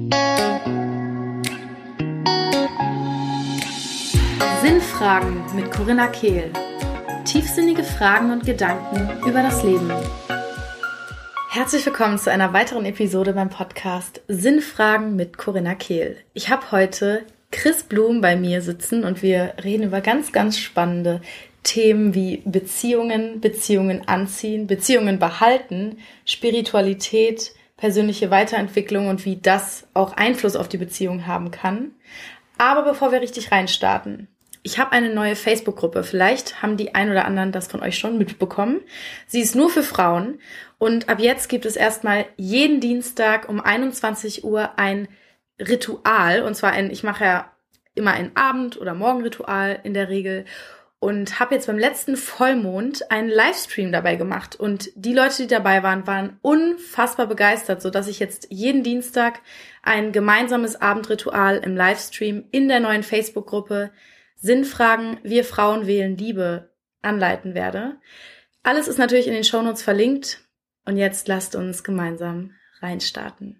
Sinnfragen mit Corinna Kehl. Tiefsinnige Fragen und Gedanken über das Leben. Herzlich willkommen zu einer weiteren Episode beim Podcast Sinnfragen mit Corinna Kehl. Ich habe heute Chris Blum bei mir sitzen und wir reden über ganz, ganz spannende Themen wie Beziehungen, Beziehungen anziehen, Beziehungen behalten, Spiritualität, persönliche Weiterentwicklung und wie das auch Einfluss auf die Beziehung haben kann. Aber bevor wir richtig reinstarten, ich habe eine neue Facebook-Gruppe. Vielleicht haben die ein oder anderen das von euch schon mitbekommen. Sie ist nur für Frauen und ab jetzt gibt es erstmal jeden Dienstag um 21 Uhr ein Ritual. Und zwar ich mache ja immer ein Abend- oder Morgenritual in der Regel und habe jetzt beim letzten Vollmond einen Livestream dabei gemacht. Und die Leute, die dabei waren, waren unfassbar begeistert, sodass ich jetzt jeden Dienstag ein gemeinsames Abendritual im Livestream in der neuen Facebook-Gruppe Sinnfragen, wir Frauen wählen Liebe anleiten werde. Alles ist natürlich in den Shownotes verlinkt und jetzt lasst uns gemeinsam reinstarten.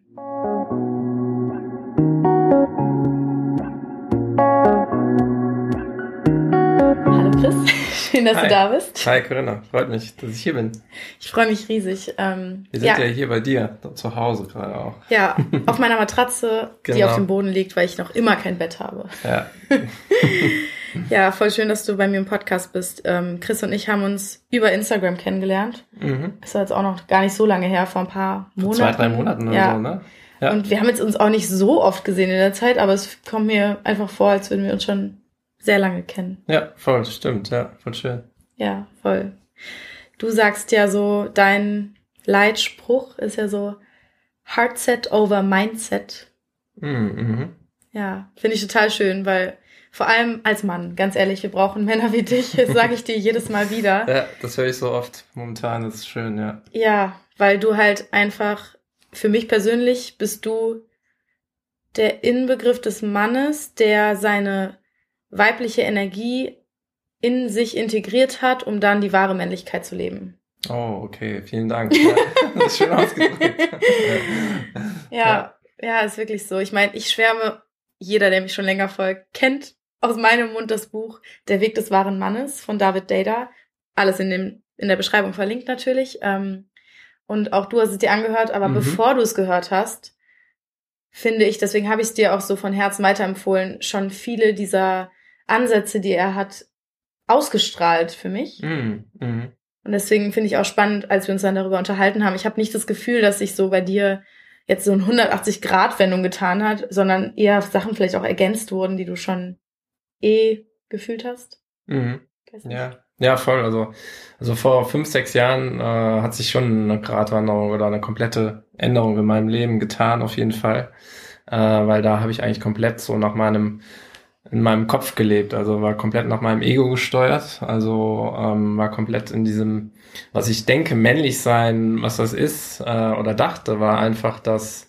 Hallo Chris, schön, dass du da bist. Hi Corinna, freut mich, dass ich hier bin. Ich freue mich riesig. Wir sind ja hier bei dir, zu Hause gerade auch. Ja, auf meiner Matratze, Genau. Die auf dem Boden liegt, weil ich noch immer kein Bett habe. Ja. Ja, voll schön, dass du bei mir im Podcast bist. Chris und ich haben uns über Instagram kennengelernt. Ist jetzt auch noch gar nicht so lange her, vor ein paar Monaten. 2-3 Monaten oder so, ne? Ja. Und wir haben jetzt uns auch nicht so oft gesehen in der Zeit, aber es kommt mir einfach vor, als würden wir uns schon sehr lange kennen. Ja, voll, stimmt, ja, voll schön. Ja, voll. Du sagst ja so, dein Leitspruch ist ja so Heartset over Mindset. Ja, finde ich total schön, weil vor allem als Mann, ganz ehrlich, wir brauchen Männer wie dich, das sage ich dir jedes Mal wieder. Ja, das höre ich so oft momentan, das ist schön, ja. Ja, weil du halt einfach, für mich persönlich bist du der Inbegriff des Mannes, der seine weibliche Energie in sich integriert hat, um dann die wahre Männlichkeit zu leben. Oh, okay, vielen Dank. Ja, das ist schön ausgedrückt. Ja, ist wirklich so. Ich meine, ich schwärme, jeder, der mich schon länger folgt, kennt aus meinem Mund das Buch Der Weg des wahren Mannes von David Deida. Alles in der Beschreibung verlinkt natürlich. Und auch du hast es dir angehört, aber bevor du es gehört hast, finde ich, deswegen habe ich es dir auch so von Herzen weiterempfohlen, schon viele dieser Ansätze, die er hat, ausgestrahlt für mich. Und deswegen finde ich auch spannend, als wir uns dann darüber unterhalten haben. Ich habe nicht das Gefühl, dass sich so bei dir jetzt so eine 180-Grad-Wendung getan hat, sondern eher Sachen vielleicht auch ergänzt wurden, die du schon gefühlt hast. Ja, voll. Also vor 5-6 Jahren hat sich schon eine Gratwanderung oder eine komplette Änderung in meinem Leben getan, auf jeden Fall. Weil da habe ich eigentlich komplett so in meinem Kopf gelebt, also war komplett nach meinem Ego gesteuert, also war komplett in diesem, was ich denke, männlich sein, was das ist, oder dachte, war einfach, dass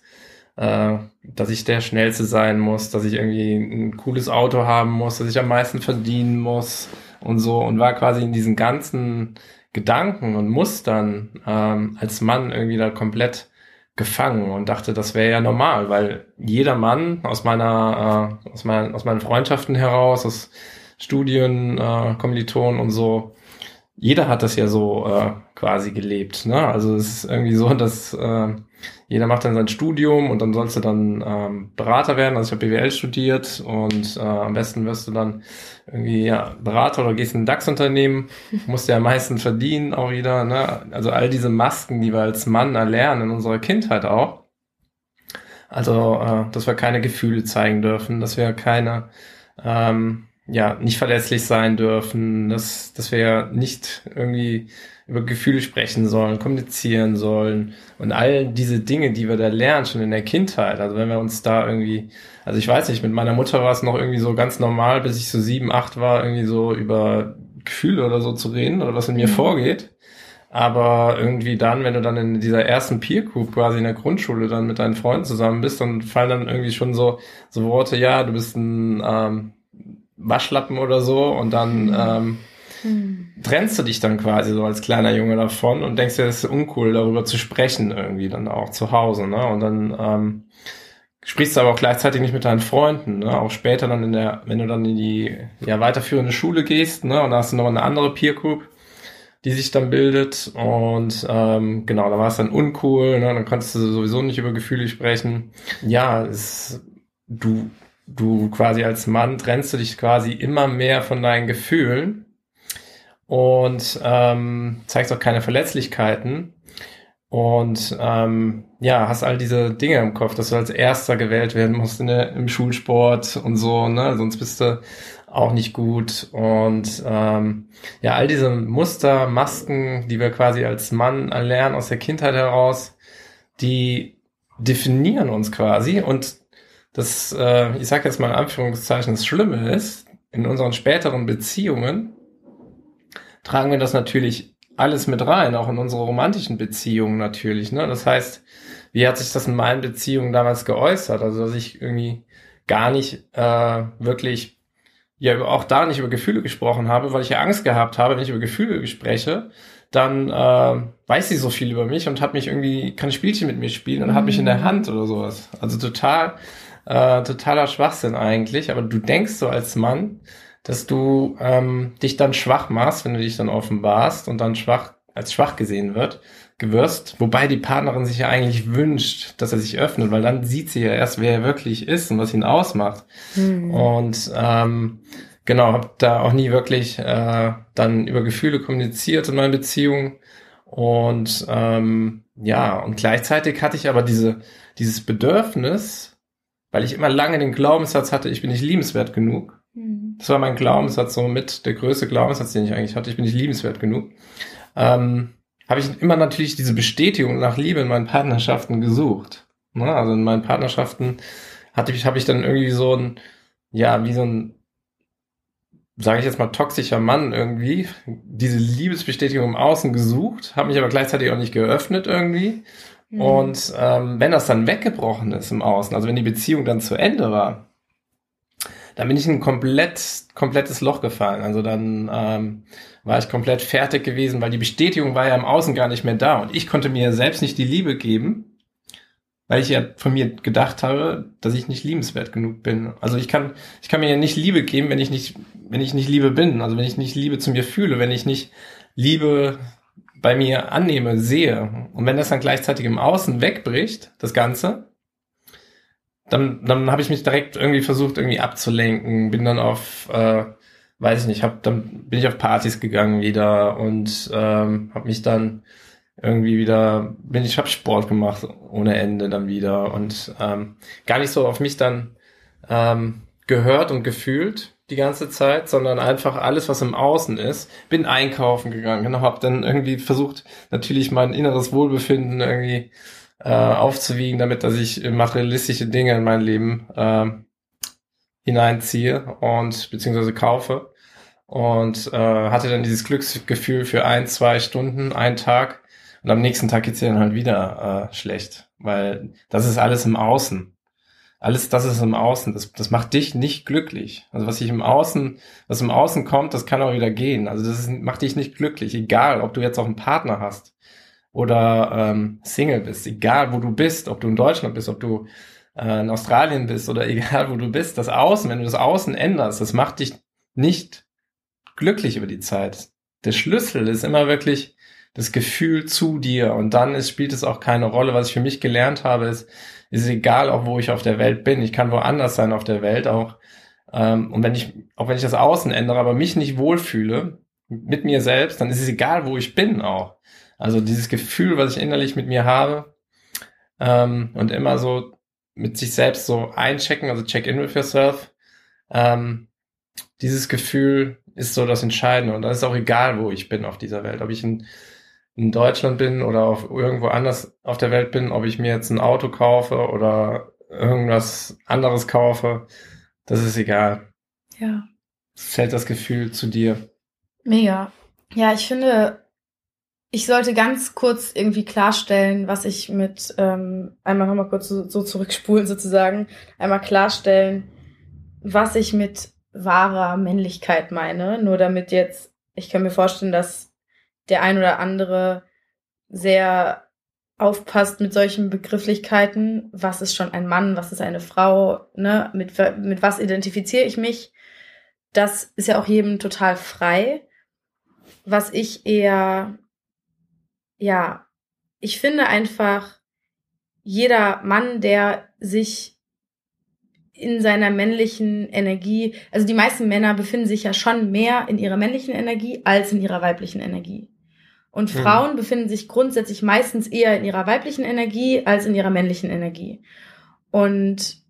ich der Schnellste sein muss, dass ich irgendwie ein cooles Auto haben muss, dass ich am meisten verdienen muss und so, und war quasi in diesen ganzen Gedanken und Mustern als Mann irgendwie da komplett gefangen und dachte, das wäre ja normal, weil jeder Mann aus meinen Freundschaften heraus, aus Studien, Kommilitonen und so, jeder hat das ja so quasi gelebt, ne? Also es ist irgendwie so, dass jeder macht dann sein Studium und dann sollst du dann Berater werden. Also ich habe BWL studiert und am besten wirst du dann irgendwie Berater oder gehst in ein DAX-Unternehmen, musst ja am meisten verdienen auch wieder, ne? Also all diese Masken, die wir als Mann erlernen in unserer Kindheit auch. Also dass wir keine Gefühle zeigen dürfen, dass wir keine nicht verletzlich sein dürfen, dass wir nicht irgendwie über Gefühle sprechen sollen, kommunizieren sollen und all diese Dinge, die wir da lernen, schon in der Kindheit. Also wenn wir uns da irgendwie, also ich weiß nicht, mit meiner Mutter war es noch irgendwie so ganz normal, bis ich so 7, 8 war, irgendwie so über Gefühle oder so zu reden oder was in mir vorgeht. Aber irgendwie dann, wenn du dann in dieser ersten Peer Group quasi in der Grundschule dann mit deinen Freunden zusammen bist, dann fallen dann irgendwie schon so Worte, ja, du bist ein Waschlappen oder so, und dann trennst du dich dann quasi so als kleiner Junge davon und denkst dir, es ist uncool, darüber zu sprechen irgendwie dann auch zu Hause, ne? Und dann sprichst du aber auch gleichzeitig nicht mit deinen Freunden, ne? Auch später dann wenn du dann in die weiterführende Schule gehst, ne? Und da hast du noch eine andere Peer Group, die sich dann bildet und genau, da war es dann uncool, ne? Dann konntest du sowieso nicht über Gefühle sprechen. Ja, du quasi als Mann trennst du dich quasi immer mehr von deinen Gefühlen und zeigst auch keine Verletzlichkeiten. Und hast all diese Dinge im Kopf, dass du als Erster gewählt werden musst im Schulsport und so, ne? Sonst bist du auch nicht gut. Und all diese Muster, Masken, die wir quasi als Mann erlernen aus der Kindheit heraus, die definieren uns quasi. Und das, ich sage jetzt mal in Anführungszeichen, das Schlimme ist, in unseren späteren Beziehungen tragen wir das natürlich alles mit rein, auch in unsere romantischen Beziehungen natürlich, ne? Das heißt, wie hat sich das in meinen Beziehungen damals geäußert? Also, dass ich irgendwie gar nicht wirklich, auch da nicht über Gefühle gesprochen habe, weil ich ja Angst gehabt habe, wenn ich über Gefühle spreche, dann weiß sie so viel über mich und kann Spielchen mit mir spielen und hat mich in der Hand oder sowas. Also totaler Schwachsinn eigentlich, aber du denkst so als Mann, dass du dich dann schwach machst, wenn du dich dann offenbarst und dann als schwach gesehen wirst, wobei die Partnerin sich ja eigentlich wünscht, dass er sich öffnet, weil dann sieht sie ja erst, wer er wirklich ist und was ihn ausmacht. Und habe da auch nie wirklich dann über Gefühle kommuniziert in meinen Beziehungen und und gleichzeitig hatte ich aber dieses Bedürfnis, weil ich immer lange den Glaubenssatz hatte, ich bin nicht liebenswert genug. Das war mein Glaubenssatz, somit der größte Glaubenssatz, den ich eigentlich hatte. Ich bin nicht liebenswert genug. Habe ich immer natürlich diese Bestätigung nach Liebe in meinen Partnerschaften gesucht. Ne? Also in meinen Partnerschaften habe ich dann irgendwie sage ich jetzt mal, toxischer Mann irgendwie, diese Liebesbestätigung im Außen gesucht, habe mich aber gleichzeitig auch nicht geöffnet irgendwie. Und wenn das dann weggebrochen ist im Außen, also wenn die Beziehung dann zu Ende war, dann bin ich in ein komplettes Loch gefallen. Also dann war ich komplett fertig gewesen, weil die Bestätigung war ja im Außen gar nicht mehr da. Und ich konnte mir selbst nicht die Liebe geben, weil ich ja von mir gedacht habe, dass ich nicht liebenswert genug bin. Also ich kann mir ja nicht Liebe geben, wenn ich nicht Liebe bin. Also wenn ich nicht Liebe zu mir fühle, wenn ich nicht Liebe bei mir annehme, sehe. Und wenn das dann gleichzeitig im Außen wegbricht, das Ganze, dann habe ich mich direkt irgendwie versucht, irgendwie abzulenken, bin dann bin ich auf Partys gegangen wieder und habe mich dann irgendwie wieder, habe Sport gemacht ohne Ende dann wieder und gar nicht so auf mich dann gehört und gefühlt die ganze Zeit, sondern einfach alles, was im Außen ist. Bin einkaufen gegangen, genau, habe dann irgendwie versucht, natürlich mein inneres Wohlbefinden irgendwie aufzuwiegen, damit dass ich materialistische Dinge in mein Leben hineinziehe und beziehungsweise kaufe und hatte dann dieses Glücksgefühl für 1-2 Stunden, einen Tag und am nächsten Tag geht's dir dann halt wieder schlecht, weil das ist alles im Außen. Alles das ist im Außen, das macht dich nicht glücklich. Also was im Außen kommt, das kann auch wieder gehen. Also macht dich nicht glücklich, egal ob du jetzt auch einen Partner hast oder Single bist, egal wo du bist, ob du in Deutschland bist, ob du in Australien bist oder egal wo du bist, das Außen, wenn du das Außen änderst, das macht dich nicht glücklich über die Zeit. Der Schlüssel ist immer wirklich das Gefühl zu dir und dann spielt es auch keine Rolle. Was ich für mich gelernt habe, ist egal, auch wo ich auf der Welt bin. Ich kann woanders sein auf der Welt auch. Und wenn ich das Außen ändere, aber mich nicht wohlfühle mit mir selbst, dann ist es egal, wo ich bin auch. Also dieses Gefühl, was ich innerlich mit mir habe und immer so mit sich selbst so einchecken, also check in with yourself, dieses Gefühl ist so das Entscheidende und dann ist auch egal, wo ich bin auf dieser Welt, ob ich in Deutschland bin oder irgendwo anders auf der Welt bin, ob ich mir jetzt ein Auto kaufe oder irgendwas anderes kaufe, das ist egal. Ja. Es zählt das Gefühl zu dir. Mega. Ja, ich finde, ich sollte ganz kurz irgendwie klarstellen, was ich mit, einmal nochmal kurz so zurückspulen sozusagen, einmal klarstellen, was ich mit wahrer Männlichkeit meine, nur damit jetzt, ich kann mir vorstellen, dass der ein oder andere sehr aufpasst mit solchen Begrifflichkeiten. Was ist schon ein Mann? Was ist eine Frau? Ne? Mit was identifiziere ich mich? Das ist ja auch jedem total frei. Was ich eher, ja, ich finde einfach, jeder Mann, der sich in seiner männlichen Energie, also die meisten Männer befinden sich ja schon mehr in ihrer männlichen Energie als in ihrer weiblichen Energie. Und Frauen befinden sich grundsätzlich meistens eher in ihrer weiblichen Energie als in ihrer männlichen Energie. Und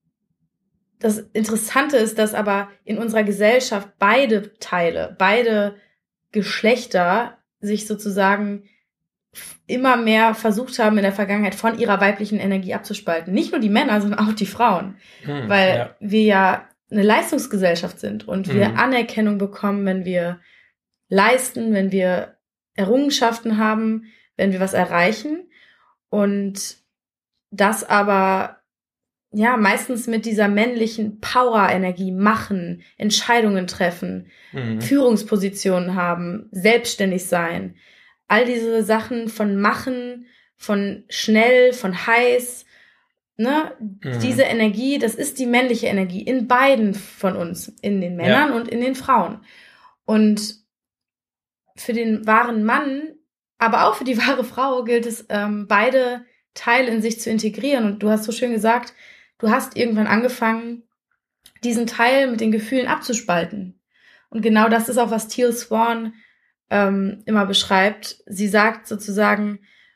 das Interessante ist, dass aber in unserer Gesellschaft beide Teile, beide Geschlechter sich sozusagen immer mehr versucht haben, in der Vergangenheit von ihrer weiblichen Energie abzuspalten. Nicht nur die Männer, sondern auch die Frauen. Weil wir ja eine Leistungsgesellschaft sind und wir Anerkennung bekommen, wenn wir leisten, wenn wir Errungenschaften haben, wenn wir was erreichen. Und das aber ja meistens mit dieser männlichen Power-Energie machen, Entscheidungen treffen, Führungspositionen haben, selbstständig sein. All diese Sachen von machen, von schnell, von heiß, ne? Diese Energie, das ist die männliche Energie in beiden von uns, in den Männern und in den Frauen. Und für den wahren Mann, aber auch für die wahre Frau gilt es, beide Teile in sich zu integrieren. Und du hast so schön gesagt, du hast irgendwann angefangen, diesen Teil mit den Gefühlen abzuspalten. Und genau das ist auch, was Teal Swan immer beschreibt. Sie sagt sozusagen,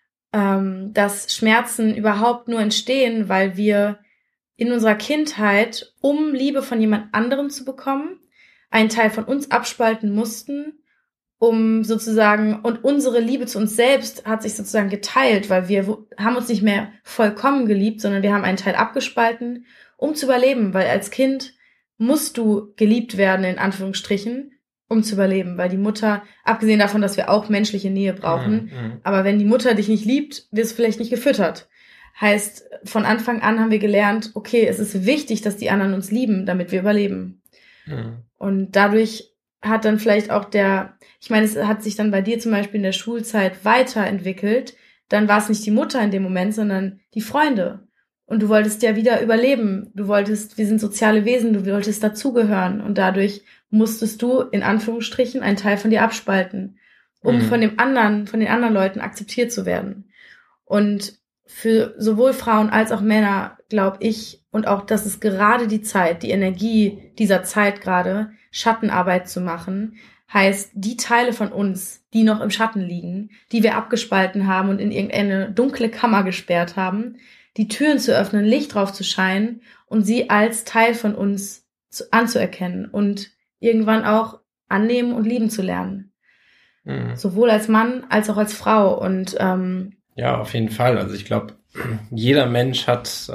dass Schmerzen überhaupt nur entstehen, weil wir in unserer Kindheit, um Liebe von jemand anderem zu bekommen, einen Teil von uns abspalten mussten, um sozusagen, und unsere Liebe zu uns selbst hat sich sozusagen geteilt, weil wir haben uns nicht mehr vollkommen geliebt, sondern wir haben einen Teil abgespalten, um zu überleben, weil als Kind musst du geliebt werden, in Anführungsstrichen, um zu überleben, weil die Mutter, abgesehen davon, dass wir auch menschliche Nähe brauchen, aber wenn die Mutter dich nicht liebt, wirst du vielleicht nicht gefüttert. Heißt, von Anfang an haben wir gelernt, okay, es ist wichtig, dass die anderen uns lieben, damit wir überleben. Und dadurch hat dann vielleicht auch ich meine, es hat sich dann bei dir zum Beispiel in der Schulzeit weiterentwickelt, dann war es nicht die Mutter in dem Moment, sondern die Freunde. Und du wolltest ja wieder überleben. Wir sind soziale Wesen, du wolltest dazugehören. Und dadurch musstest du, in Anführungsstrichen, einen Teil von dir abspalten, um von den anderen Leuten akzeptiert zu werden. Und für sowohl Frauen als auch Männer, glaube ich, und auch, das ist gerade die Energie dieser Zeit gerade, Schattenarbeit zu machen, heißt, die Teile von uns, die noch im Schatten liegen, die wir abgespalten haben und in irgendeine dunkle Kammer gesperrt haben, die Türen zu öffnen, Licht drauf zu scheinen und sie als Teil von uns anzuerkennen und irgendwann auch annehmen und lieben zu lernen. Sowohl als Mann als auch als Frau. Und ja, auf jeden Fall. Also ich glaube, jeder Mensch hat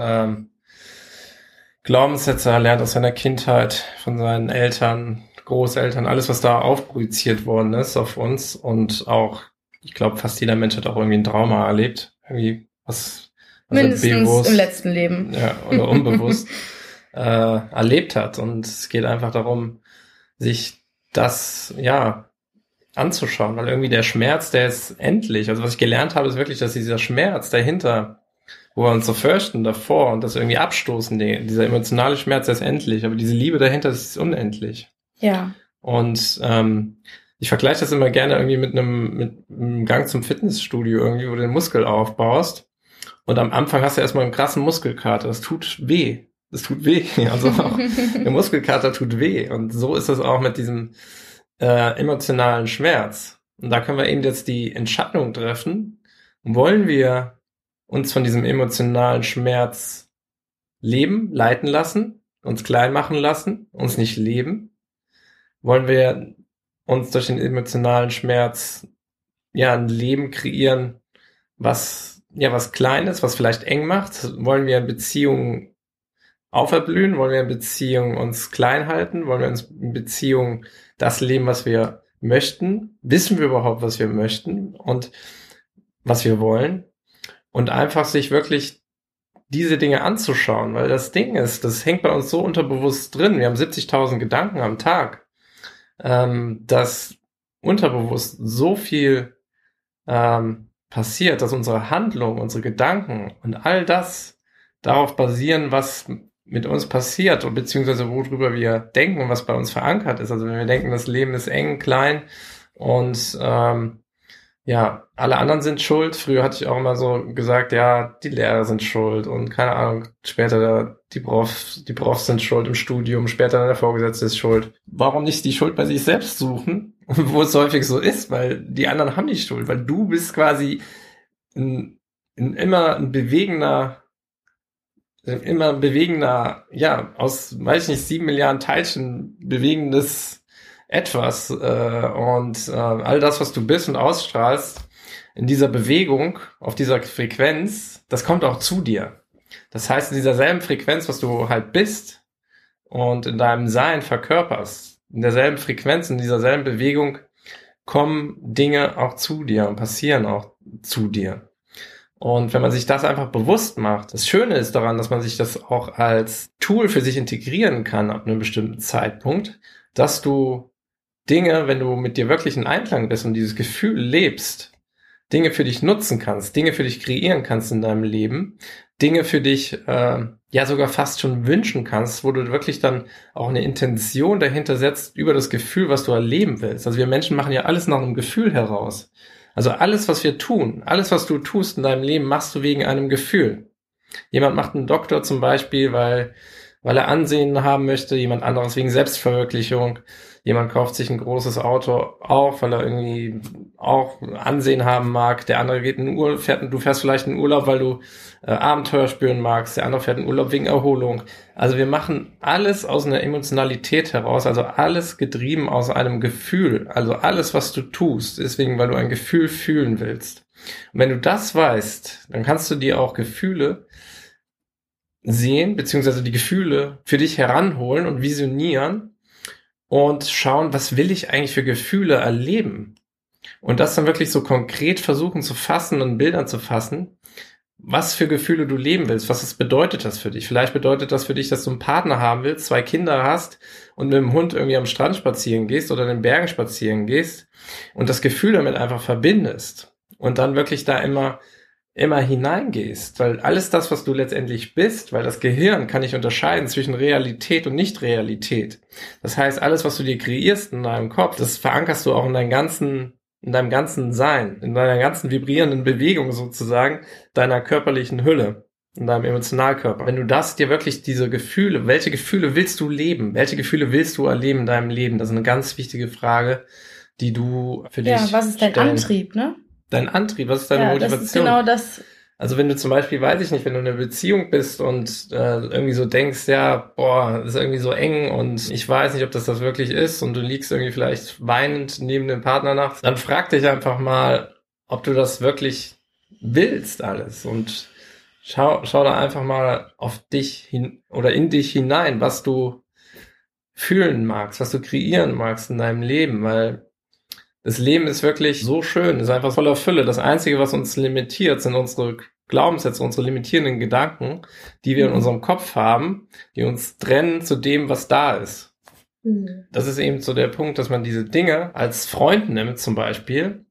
Glaubenssätze erlernt aus seiner Kindheit, von seinen Eltern, Großeltern, alles, was da aufprojiziert worden ist auf uns. Und auch, ich glaube, fast jeder Mensch hat auch irgendwie ein Trauma erlebt. Irgendwie was mindestens bewusst, im letzten Leben. Ja, oder unbewusst erlebt hat. Und es geht einfach darum, sich das, anzuschauen. Weil irgendwie der Schmerz, der ist endlich. Also was ich gelernt habe, ist wirklich, dass dieser Schmerz dahinter, wo wir uns so fürchten davor und das irgendwie abstoßen, dieser emotionale Schmerz, der ist endlich. Aber diese Liebe dahinter, das ist unendlich. Ja. Und ich vergleiche das immer gerne irgendwie mit einem Gang zum Fitnessstudio irgendwie, wo du den Muskel aufbaust. Und am Anfang hast du erstmal einen krassen Muskelkater. Das tut weh. Also auch der Muskelkater tut weh. Und so ist es auch mit diesem emotionalen Schmerz. Und da können wir eben jetzt die Entscheidung treffen. Wollen wir uns von diesem emotionalen Schmerz leiten lassen, uns klein machen lassen, uns nicht leben? Wollen wir uns durch den emotionalen Schmerz ein Leben kreieren, was klein ist, was vielleicht eng macht? Wollen wir in Beziehungen auferblühen? Wollen wir in Beziehungen uns klein halten? Wollen wir uns in Beziehungen das leben, was wir möchten? Wissen wir überhaupt, was wir möchten und was wir wollen? Und einfach sich wirklich diese Dinge anzuschauen, weil das Ding ist, das hängt bei uns so unterbewusst drin. Wir haben 70.000 Gedanken am Tag, dass unterbewusst so viel passiert, dass unsere Handlungen, unsere Gedanken und all das darauf basieren, was mit uns passiert und beziehungsweise worüber wir denken und was bei uns verankert ist. Also wenn wir denken, das Leben ist eng, klein und alle anderen sind schuld. Früher hatte ich auch immer so gesagt, ja, die Lehrer sind schuld und keine Ahnung, später die Profs sind schuld im Studium, später der Vorgesetzte ist schuld. Warum nicht die Schuld bei sich selbst suchen, wo es häufig so ist, weil die anderen haben die Schuld, weil du bist quasi immer ein bewegender, aus, weiß ich nicht, 7 Milliarden Teilchen bewegendes etwas und all das, was du bist und ausstrahlst in dieser Bewegung, auf dieser Frequenz, das kommt auch zu dir. Das heißt, in dieser selben Frequenz, was du halt bist und in deinem Sein verkörperst, in derselben Frequenz, in dieser selben Bewegung kommen Dinge auch zu dir und passieren auch zu dir. Und wenn man sich das einfach bewusst macht, das Schöne ist daran, dass man sich das auch als Tool für sich integrieren kann ab einem bestimmten Zeitpunkt, dass du Dinge, wenn du mit dir wirklich in Einklang bist und dieses Gefühl lebst, Dinge für dich nutzen kannst, Dinge für dich kreieren kannst in deinem Leben, Dinge für dich sogar fast schon wünschen kannst, wo du wirklich dann auch eine Intention dahinter setzt über das Gefühl, was du erleben willst. Also wir Menschen machen ja alles nach einem Gefühl heraus. Also alles, was wir tun, alles, was du tust in deinem Leben, machst du wegen einem Gefühl. Jemand macht einen Doktor zum Beispiel, weil er Ansehen haben möchte, jemand anderes wegen Selbstverwirklichung. Jemand kauft sich ein großes Auto auch, weil er irgendwie auch Ansehen haben mag. Der andere geht in den Urlaub, du fährst vielleicht in den Urlaub, weil du Abenteuer spüren magst. Der andere fährt in den Urlaub wegen Erholung. Also wir machen alles aus einer Emotionalität heraus, also alles getrieben aus einem Gefühl. Also alles, was du tust, deswegen, weil du ein Gefühl fühlen willst. Und wenn du das weißt, dann kannst du dir auch Gefühle sehen, beziehungsweise die Gefühle für dich heranholen und visionieren und schauen, was will ich eigentlich für Gefühle erleben? Und das dann wirklich so konkret versuchen zu fassen und in Bildern zu fassen, was für Gefühle du leben willst, was bedeutet das für dich? Vielleicht bedeutet das für dich, dass du einen Partner haben willst, 2 Kinder hast und mit dem Hund irgendwie am Strand spazieren gehst oder in den Bergen spazieren gehst und das Gefühl damit einfach verbindest und dann wirklich da immer hineingehst, weil alles das, was du letztendlich bist, weil das Gehirn kann nicht unterscheiden zwischen Realität und Nicht-Realität. Das heißt, alles, was du dir kreierst in deinem Kopf, das verankerst du auch in deinem ganzen Sein, in deiner ganzen vibrierenden Bewegung sozusagen, deiner körperlichen Hülle, in deinem Emotionalkörper. Wenn du das dir wirklich diese Gefühle, welche Gefühle willst du leben? Welche Gefühle willst du erleben in deinem Leben? Das ist eine ganz wichtige Frage, die du für dich was ist dein Antrieb, ne? Dein Antrieb, was ist deine Motivation? Das ist genau das. Also wenn du zum Beispiel, weiß ich nicht, wenn du in einer Beziehung bist und irgendwie so denkst, das ist irgendwie so eng und ich weiß nicht, ob das wirklich ist und du liegst irgendwie vielleicht weinend neben dem Partner nachts, dann frag dich einfach mal, ob du das wirklich willst alles und schau da einfach mal auf dich hin oder in dich hinein, was du fühlen magst, was du kreieren magst in deinem Leben, weil das Leben ist wirklich so schön, ist einfach voller Fülle. Das Einzige, was uns limitiert, sind unsere Glaubenssätze, unsere limitierenden Gedanken, die wir in unserem Kopf haben, die uns trennen zu dem, was da ist. Das ist eben so der Punkt, dass man diese Dinge als Freund nimmt zum Beispiel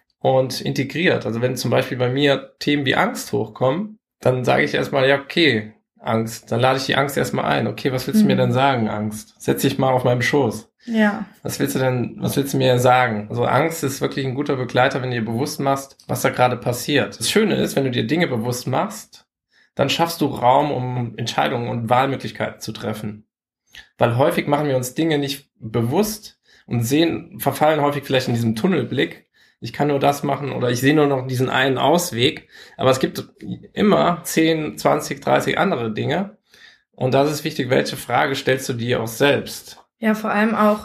und integriert. Also wenn zum Beispiel bei mir Themen wie Angst hochkommen, dann sage ich erstmal, ja okay, Angst. Dann lade ich die Angst erstmal ein. Okay, was willst du mir denn sagen, Angst? Setz dich mal auf meinem Schoß. Ja. Was willst du mir sagen? Also Angst ist wirklich ein guter Begleiter, wenn du dir bewusst machst, was da gerade passiert. Das Schöne ist, wenn du dir Dinge bewusst machst, dann schaffst du Raum, um Entscheidungen und Wahlmöglichkeiten zu treffen. Weil häufig machen wir uns Dinge nicht bewusst und verfallen häufig vielleicht in diesem Tunnelblick. Ich kann nur das machen oder ich sehe nur noch diesen einen Ausweg. Aber es gibt immer 10, 20, 30 andere Dinge. Und da ist es wichtig, welche Frage stellst du dir auch selbst? Ja, vor allem auch,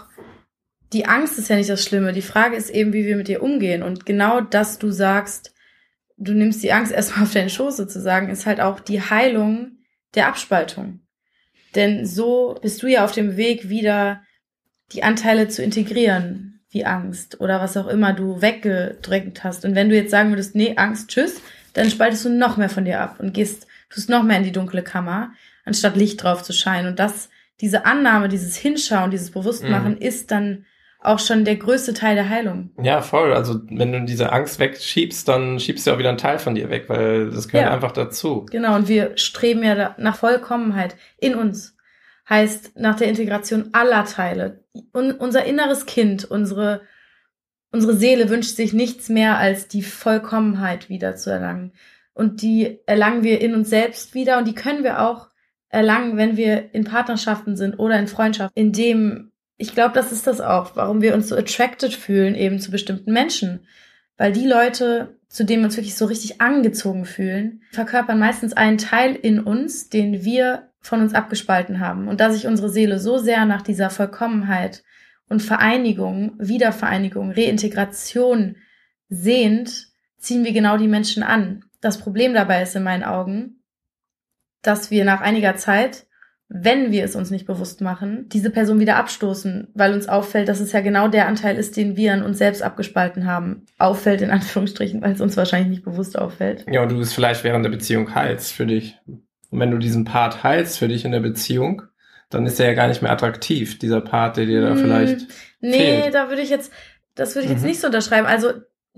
die Angst ist ja nicht das Schlimme. Die Frage ist eben, wie wir mit ihr umgehen. Und genau das, du sagst, du nimmst die Angst erstmal auf deinen Schoß sozusagen, ist halt auch die Heilung der Abspaltung. Denn so bist du ja auf dem Weg, wieder die Anteile zu integrieren, wie Angst oder was auch immer du weggedrängt hast. Und wenn du jetzt sagen würdest, nee, Angst, tschüss, dann spaltest du noch mehr von dir ab und tust noch mehr in die dunkle Kammer, anstatt Licht drauf zu scheinen. Und diese Annahme, dieses Hinschauen, dieses Bewusstmachen ist dann auch schon der größte Teil der Heilung. Ja, voll. Also wenn du diese Angst wegschiebst, dann schiebst du auch wieder einen Teil von dir weg, weil das gehört einfach dazu. Genau, und wir streben ja nach Vollkommenheit in uns. Heißt, nach der Integration aller Teile. Unser inneres Kind, unsere Seele wünscht sich nichts mehr, als die Vollkommenheit wieder zu erlangen. Und die erlangen wir in uns selbst wieder und die können wir auch erlangen, wenn wir in Partnerschaften sind oder in Freundschaften, indem, ich glaube, das ist das auch, warum wir uns so attracted fühlen eben zu bestimmten Menschen. Weil die Leute, zu denen wir uns wirklich so richtig angezogen fühlen, verkörpern meistens einen Teil in uns, den wir von uns abgespalten haben. Und da sich unsere Seele so sehr nach dieser Vollkommenheit und Vereinigung, Wiedervereinigung, Reintegration sehnt, ziehen wir genau die Menschen an. Das Problem dabei ist in meinen Augen, dass wir nach einiger Zeit, wenn wir es uns nicht bewusst machen, diese Person wieder abstoßen, weil uns auffällt, dass es ja genau der Anteil ist, den wir an uns selbst abgespalten haben. Auffällt in Anführungsstrichen, weil es uns wahrscheinlich nicht bewusst auffällt. Ja, und du es vielleicht während der Beziehung heilst für dich. Und wenn du diesen Part heilst für dich in der Beziehung, dann ist er ja gar nicht mehr attraktiv, dieser Part, der dir da vielleicht fehlt. Das würde ich jetzt nicht so unterschreiben. Also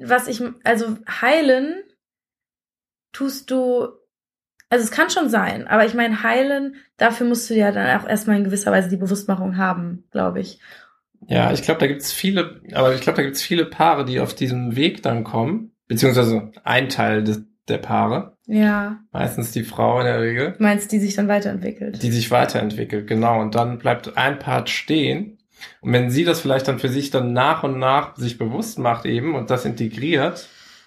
heilen tust du, also es kann schon sein, aber ich meine, heilen, dafür musst du ja dann auch erstmal in gewisser Weise die Bewusstmachung haben, glaube ich. Ja, ich glaube, da gibt's viele Paare, die auf diesem Weg dann kommen, beziehungsweise ein Teil der Paare. Ja. Meistens die Frau in der Regel. Du meinst, die sich dann weiterentwickelt? Die sich weiterentwickelt, genau. Und dann bleibt ein Part stehen. Und wenn sie das vielleicht dann für sich dann nach und nach sich bewusst macht eben und das integriert,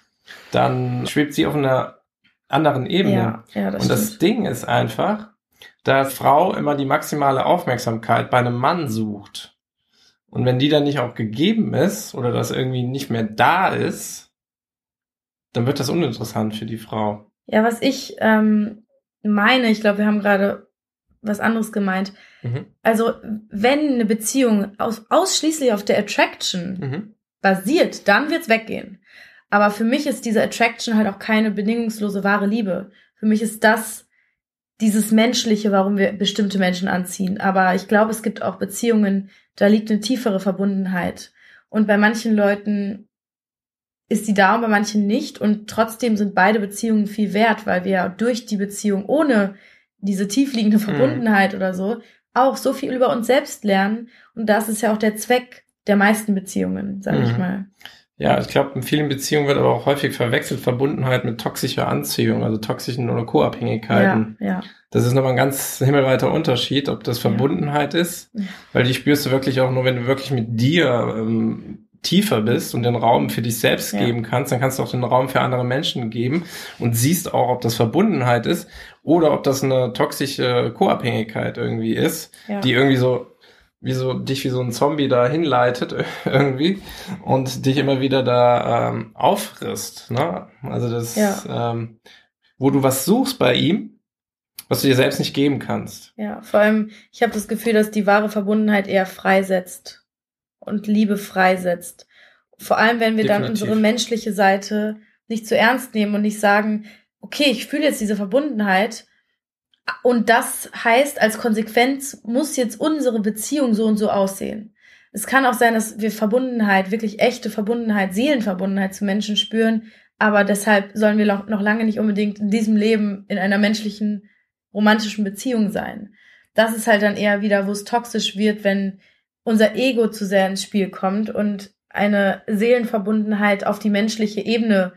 dann schwebt sie auf einer anderen Ebene. Ja, das und das Ding ist einfach, dass Frau immer die maximale Aufmerksamkeit bei einem Mann sucht. Und wenn die dann nicht auch gegeben ist oder das irgendwie nicht mehr da ist, dann wird das uninteressant für die Frau. Ja, was ich meine, ich glaube, wir haben gerade was anderes gemeint. Also, wenn eine Beziehung ausschließlich auf der Attraction basiert, dann wird's weggehen. Aber für mich ist diese Attraction halt auch keine bedingungslose wahre Liebe. Für mich ist das dieses Menschliche, warum wir bestimmte Menschen anziehen. Aber ich glaube, es gibt auch Beziehungen, da liegt eine tiefere Verbundenheit. Und bei manchen Leuten ist die da und bei manchen nicht. Und trotzdem sind beide Beziehungen viel wert, weil wir durch die Beziehung ohne diese tiefliegende Verbundenheit oder so auch so viel über uns selbst lernen. Und das ist ja auch der Zweck der meisten Beziehungen, sage ich mal. Ja, ich glaube, in vielen Beziehungen wird aber auch häufig verwechselt Verbundenheit mit toxischer Anziehung, also toxischen oder Co-Abhängigkeiten. Ja. Das ist nochmal ein ganz himmelweiter Unterschied, ob das Verbundenheit ist, weil die spürst du wirklich auch nur, wenn du wirklich mit dir tiefer bist und den Raum für dich selbst geben kannst, dann kannst du auch den Raum für andere Menschen geben und siehst auch, ob das Verbundenheit ist oder ob das eine toxische Co-Abhängigkeit irgendwie ist, die irgendwie so dich wie so ein Zombie da hinleitet irgendwie und dich immer wieder da auffrisst, ne? Also das, wo du was suchst bei ihm, was du dir selbst nicht geben kannst. Ja, vor allem, ich habe das Gefühl, dass die wahre Verbundenheit eher freisetzt und Liebe freisetzt. Vor allem, wenn wir dann unsere menschliche Seite nicht zu ernst nehmen und nicht sagen, okay, ich fühle jetzt diese Verbundenheit, und das heißt, als Konsequenz muss jetzt unsere Beziehung so und so aussehen. Es kann auch sein, dass wir Verbundenheit, wirklich echte Verbundenheit, Seelenverbundenheit zu Menschen spüren, aber deshalb sollen wir noch lange nicht unbedingt in diesem Leben in einer menschlichen, romantischen Beziehung sein. Das ist halt dann eher wieder, wo es toxisch wird, wenn unser Ego zu sehr ins Spiel kommt und eine Seelenverbundenheit auf die menschliche Ebene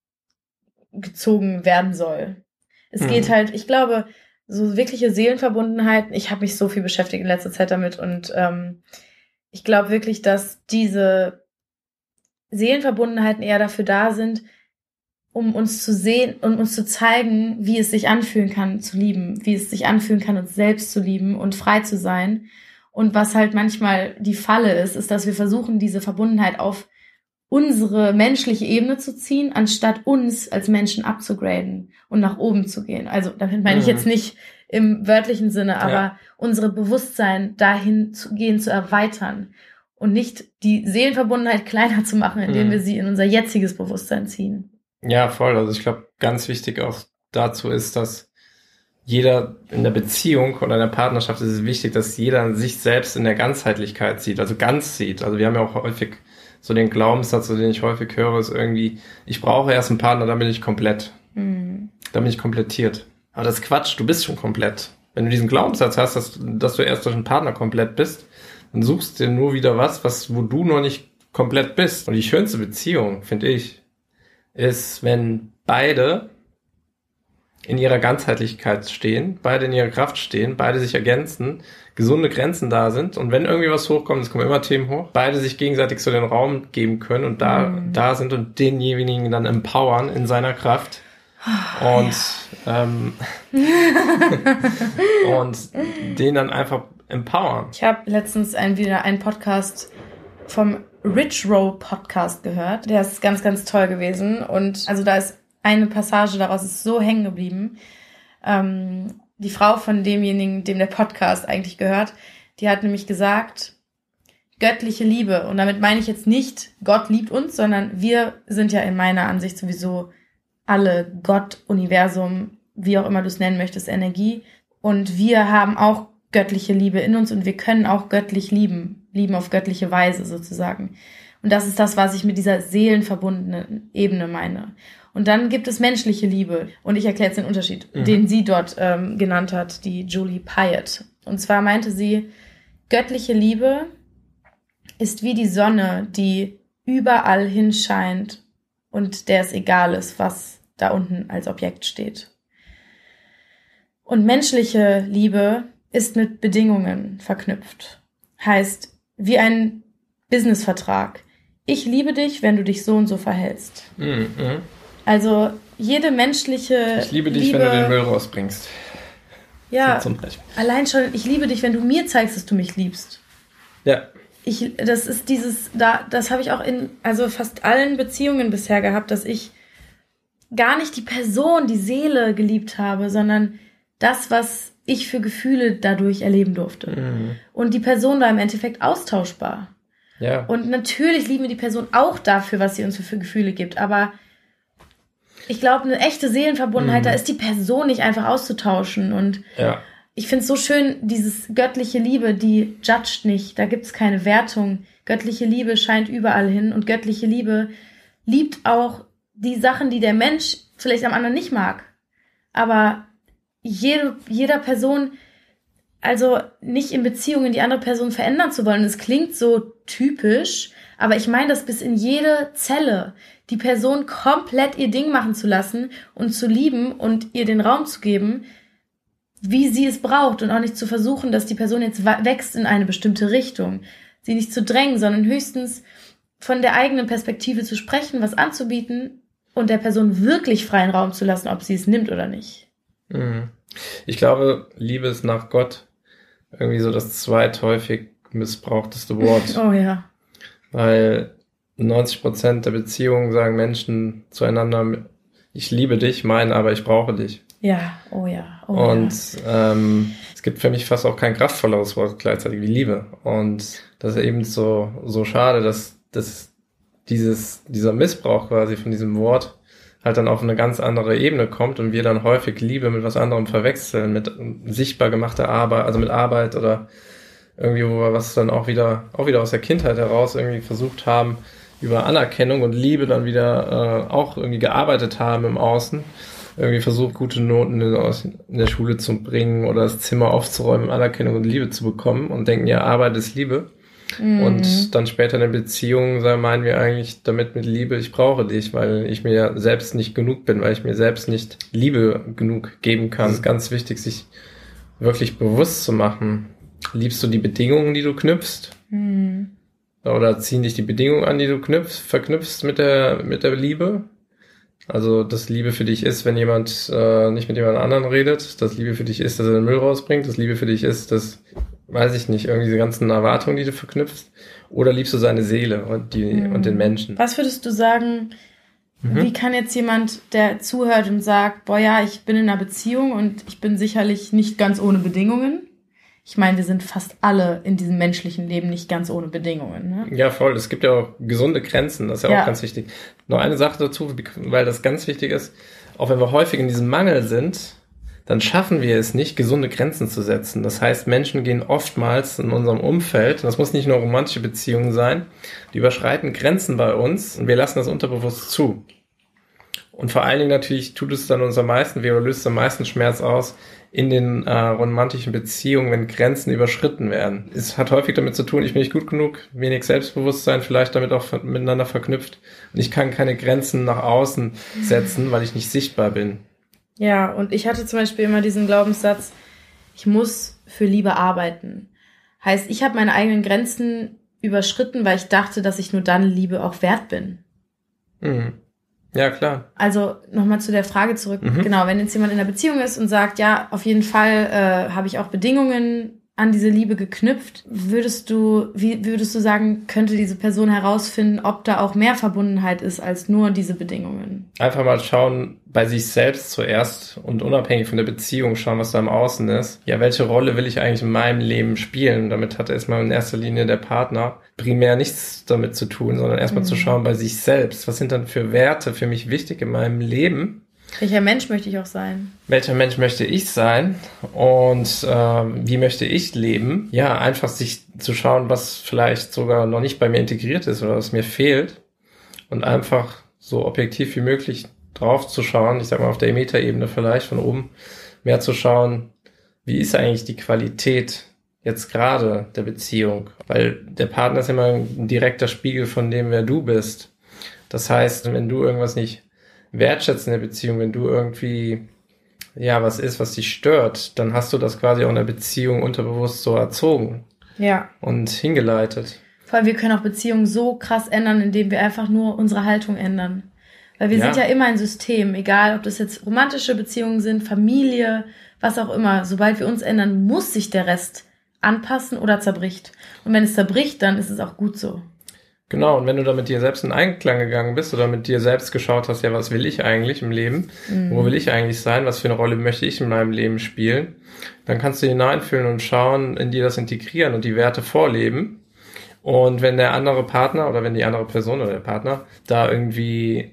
gezogen werden soll. Es geht halt, ich glaube, so wirkliche Seelenverbundenheit, ich habe mich so viel beschäftigt in letzter Zeit damit und ich glaube wirklich, dass diese Seelenverbundenheiten eher dafür da sind, um uns zu sehen und uns zu zeigen, wie es sich anfühlen kann zu lieben, wie es sich anfühlen kann, uns selbst zu lieben und frei zu sein. Und was halt manchmal die Falle ist, dass wir versuchen, diese Verbundenheit auf unsere menschliche Ebene zu ziehen, anstatt uns als Menschen abzugraden und nach oben zu gehen. Also damit meine ich jetzt nicht im wörtlichen Sinne, aber unsere Bewusstsein dahin zu gehen, zu erweitern und nicht die Seelenverbundenheit kleiner zu machen, indem wir sie in unser jetziges Bewusstsein ziehen. Ja, voll. Also ich glaube, ganz wichtig auch dazu ist, dass jeder in der Beziehung oder in der Partnerschaft ist es wichtig, dass jeder sich selbst in der Ganzheitlichkeit sieht, also ganz sieht. Also wir haben ja auch häufig so den Glaubenssatz, den ich häufig höre, ist irgendwie, ich brauche erst einen Partner, dann bin ich komplett. Dann bin ich komplettiert. Aber das ist Quatsch, du bist schon komplett. Wenn du diesen Glaubenssatz hast, dass du erst durch einen Partner komplett bist, dann suchst du dir nur wieder wo du noch nicht komplett bist. Und die schönste Beziehung, finde ich, ist, wenn beide in ihrer Ganzheitlichkeit stehen, beide in ihrer Kraft stehen, beide sich ergänzen, gesunde Grenzen da sind und wenn irgendwie was hochkommt, es kommen immer Themen hoch, beide sich gegenseitig so den Raum geben können und da sind und denjenigen dann empowern in seiner Kraft. Und und den dann einfach empowern. Ich habe letztens wieder einen Podcast vom Rich Roll Podcast gehört. Der ist ganz, ganz toll gewesen. Und also da ist eine Passage daraus ist so hängen geblieben. Die Frau von demjenigen, dem der Podcast eigentlich gehört, die hat nämlich gesagt, göttliche Liebe. Und damit meine ich jetzt nicht, Gott liebt uns, sondern wir sind ja in meiner Ansicht sowieso alle Gott, Universum, wie auch immer du es nennen möchtest, Energie. Und wir haben auch göttliche Liebe in uns und wir können auch göttlich lieben auf göttliche Weise sozusagen. Und das ist das, was ich mit dieser seelenverbundenen Ebene meine. Und dann gibt es menschliche Liebe. Und ich erkläre jetzt den Unterschied, den sie dort genannt hat, die Julie Piatt. Und zwar meinte sie, göttliche Liebe ist wie die Sonne, die überall hinscheint und der es egal ist, was da unten als Objekt steht. Und menschliche Liebe ist mit Bedingungen verknüpft. Heißt, wie ein Businessvertrag. Ich liebe dich, wenn du dich so und so verhältst. Also jede menschliche Ich liebe dich, wenn du den Müll rausbringst. Ja, allein schon, ich liebe dich, wenn du mir zeigst, dass du mich liebst. Ja. Das ist das habe ich auch in fast allen Beziehungen bisher gehabt, dass ich gar nicht die Person, die Seele geliebt habe, sondern das, was ich für Gefühle dadurch erleben durfte. Und die Person war im Endeffekt austauschbar. Ja. Und natürlich lieben wir die Person auch dafür, was sie uns für Gefühle gibt, aber ich glaube, eine echte Seelenverbundenheit, da ist die Person nicht einfach auszutauschen. Und ich finde es so schön, dieses göttliche Liebe, die judgt nicht, da gibt's keine Wertung. Göttliche Liebe scheint überall hin und göttliche Liebe liebt auch die Sachen, die der Mensch vielleicht am anderen nicht mag. Aber jeder Person, also nicht in Beziehungen die andere Person verändern zu wollen. Es klingt so typisch, aber ich meine das bis in jede Zelle. Die Person komplett ihr Ding machen zu lassen und zu lieben und ihr den Raum zu geben, wie sie es braucht und auch nicht zu versuchen, dass die Person jetzt wächst in eine bestimmte Richtung. Sie nicht zu drängen, sondern höchstens von der eigenen Perspektive zu sprechen, was anzubieten und der Person wirklich freien Raum zu lassen, ob sie es nimmt oder nicht. Ich glaube, Liebe ist nach Gott irgendwie so das zweithäufig missbrauchteste Wort. Oh ja. Weil 90% der Beziehungen sagen Menschen zueinander, ich liebe dich, meine aber, ich brauche dich. Ja, oh ja. Und es gibt für mich fast auch kein kraftvolleres Wort gleichzeitig wie Liebe. Und das ist eben so schade, dass dieser Missbrauch quasi von diesem Wort halt dann auf eine ganz andere Ebene kommt und wir dann häufig Liebe mit was anderem verwechseln, mit sichtbar gemachter Arbeit, also mit Arbeit oder irgendwie, wo wir was dann auch wieder aus der Kindheit heraus irgendwie versucht haben, über Anerkennung und Liebe dann wieder auch irgendwie gearbeitet haben im Außen, irgendwie versucht, gute Noten in der Schule zu bringen oder das Zimmer aufzuräumen, Anerkennung und Liebe zu bekommen und denken, ja, Arbeit ist Liebe. Und dann später in der Beziehung meinen wir eigentlich damit mit Liebe, ich brauche dich, weil ich mir selbst nicht genug bin, weil ich mir selbst nicht Liebe genug geben kann. Es ist ganz wichtig, sich wirklich bewusst zu machen. Liebst du die Bedingungen, die du knüpfst? Oder ziehen dich die Bedingungen an, die du verknüpfst mit der Liebe? Also, dass Liebe für dich ist, wenn jemand nicht mit jemand anderen redet, dass Liebe für dich ist, dass er den Müll rausbringt, dass Liebe für dich ist, dass, weiß ich nicht, irgendwie diese ganzen Erwartungen, die du verknüpfst, oder liebst du seine Seele und den Menschen? Was würdest du sagen, wie kann jetzt jemand, der zuhört und sagt, boah ja, ich bin in einer Beziehung und ich bin sicherlich nicht ganz ohne Bedingungen? Ich meine, wir sind fast alle in diesem menschlichen Leben nicht ganz ohne Bedingungen. Ne? Ja, voll. Es gibt ja auch gesunde Grenzen. Das ist ja auch ganz wichtig. Noch eine Sache dazu, weil das ganz wichtig ist. Auch wenn wir häufig in diesem Mangel sind, dann schaffen wir es nicht, gesunde Grenzen zu setzen. Das heißt, Menschen gehen oftmals in unserem Umfeld, das muss nicht nur romantische Beziehungen sein, die überschreiten Grenzen bei uns und wir lassen das unterbewusst zu. Und vor allen Dingen natürlich tut es dann uns am meisten weh oder löst am meisten Schmerz aus in den romantischen Beziehungen, wenn Grenzen überschritten werden. Es hat häufig damit zu tun, ich bin nicht gut genug, wenig Selbstbewusstsein, vielleicht damit auch miteinander verknüpft. Und ich kann keine Grenzen nach außen setzen, weil ich nicht sichtbar bin. Ja, und ich hatte zum Beispiel immer diesen Glaubenssatz, ich muss für Liebe arbeiten. Heißt, ich habe meine eigenen Grenzen überschritten, weil ich dachte, dass ich nur dann Liebe auch wert bin. Mhm. Ja, klar. Also nochmal zu der Frage zurück. Genau, wenn jetzt jemand in einer Beziehung ist und sagt, ja, auf jeden Fall habe ich auch Bedingungen an diese Liebe geknüpft, wie würdest du sagen, könnte diese Person herausfinden, ob da auch mehr Verbundenheit ist als nur diese Bedingungen? Einfach mal schauen, bei sich selbst zuerst und unabhängig von der Beziehung schauen, was da im Außen ist. Ja, welche Rolle will ich eigentlich in meinem Leben spielen? Damit hat erstmal in erster Linie der Partner primär nichts damit zu tun, sondern erstmal zu schauen bei sich selbst. Was sind dann für Werte für mich wichtig in meinem Leben? Welcher Mensch möchte ich auch sein? Welcher Mensch möchte ich sein? Und wie möchte ich leben? Ja, einfach sich zu schauen, was vielleicht sogar noch nicht bei mir integriert ist oder was mir fehlt. Und einfach so objektiv wie möglich drauf zu schauen, ich sag mal auf der Metaebene vielleicht von oben, mehr zu schauen, wie ist eigentlich die Qualität jetzt gerade der Beziehung? Weil der Partner ist immer ein direkter Spiegel von dem, wer du bist. Das heißt, wenn du irgendwas nicht wertschätzt in der Beziehung, wenn du irgendwie, ja, was ist, was dich stört, dann hast du das quasi auch in der Beziehung unterbewusst so erzogen. Ja. Und hingeleitet. Vor allem, wir können auch Beziehungen so krass ändern, indem wir einfach nur unsere Haltung ändern. Weil wir sind ja immer ein System, egal ob das jetzt romantische Beziehungen sind, Familie, was auch immer. Sobald wir uns ändern, muss sich der Rest anpassen oder zerbricht. Und wenn es zerbricht, dann ist es auch gut so. Genau, und wenn du da mit dir selbst in Einklang gegangen bist oder mit dir selbst geschaut hast, ja, was will ich eigentlich im Leben? Wo will ich eigentlich sein? Was für eine Rolle möchte ich in meinem Leben spielen? Dann kannst du hineinfühlen und schauen, in dir das integrieren und die Werte vorleben. Und wenn der andere Partner oder wenn die andere Person oder der Partner da irgendwie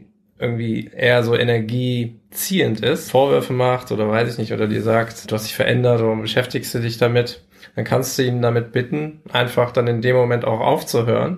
eher so energieziehend ist, Vorwürfe macht oder weiß ich nicht, oder dir sagt, du hast dich verändert oder beschäftigst du dich damit, dann kannst du ihn damit bitten, einfach dann in dem Moment auch aufzuhören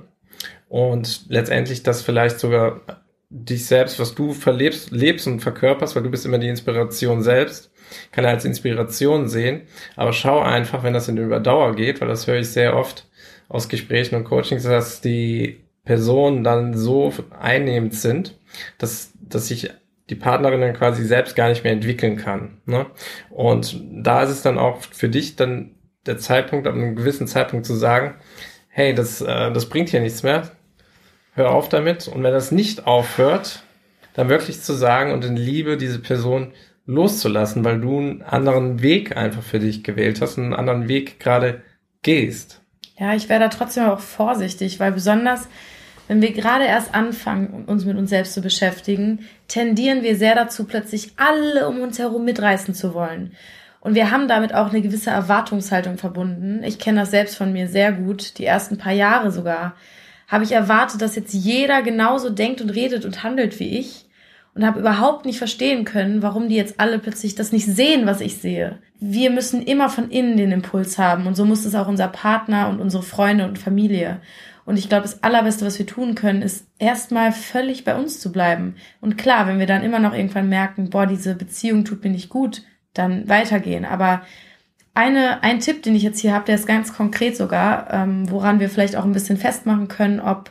und letztendlich das vielleicht sogar dich selbst, was du lebst und verkörperst, weil du bist immer die Inspiration selbst, kann er als Inspiration sehen, aber schau einfach, wenn das in die Überdauer geht, weil das höre ich sehr oft aus Gesprächen und Coachings, dass die Personen dann so einnehmend sind, dass sich die Partnerin dann quasi selbst gar nicht mehr entwickeln kann. Ne? Und da ist es dann auch für dich dann der Zeitpunkt, ab einem gewissen Zeitpunkt zu sagen, hey, das bringt hier nichts mehr, hör auf damit. Und wenn das nicht aufhört, dann wirklich zu sagen und in Liebe diese Person loszulassen, weil du einen anderen Weg einfach für dich gewählt hast und einen anderen Weg gerade gehst. Ja, ich wäre da trotzdem auch vorsichtig, weil besonders, wenn wir gerade erst anfangen, uns mit uns selbst zu beschäftigen, tendieren wir sehr dazu, plötzlich alle um uns herum mitreißen zu wollen. Und wir haben damit auch eine gewisse Erwartungshaltung verbunden. Ich kenne das selbst von mir sehr gut, die ersten paar Jahre sogar. Habe ich erwartet, dass jetzt jeder genauso denkt und redet und handelt wie ich und habe überhaupt nicht verstehen können, warum die jetzt alle plötzlich das nicht sehen, was ich sehe. Wir müssen immer von innen den Impuls haben und so muss es auch unser Partner und unsere Freunde und Familie. Und ich glaube, das Allerbeste, was wir tun können, ist erstmal völlig bei uns zu bleiben. Und klar, wenn wir dann immer noch irgendwann merken, boah, diese Beziehung tut mir nicht gut, dann weitergehen. Aber ein Tipp, den ich jetzt hier habe, der ist ganz konkret sogar, woran wir vielleicht auch ein bisschen festmachen können, ob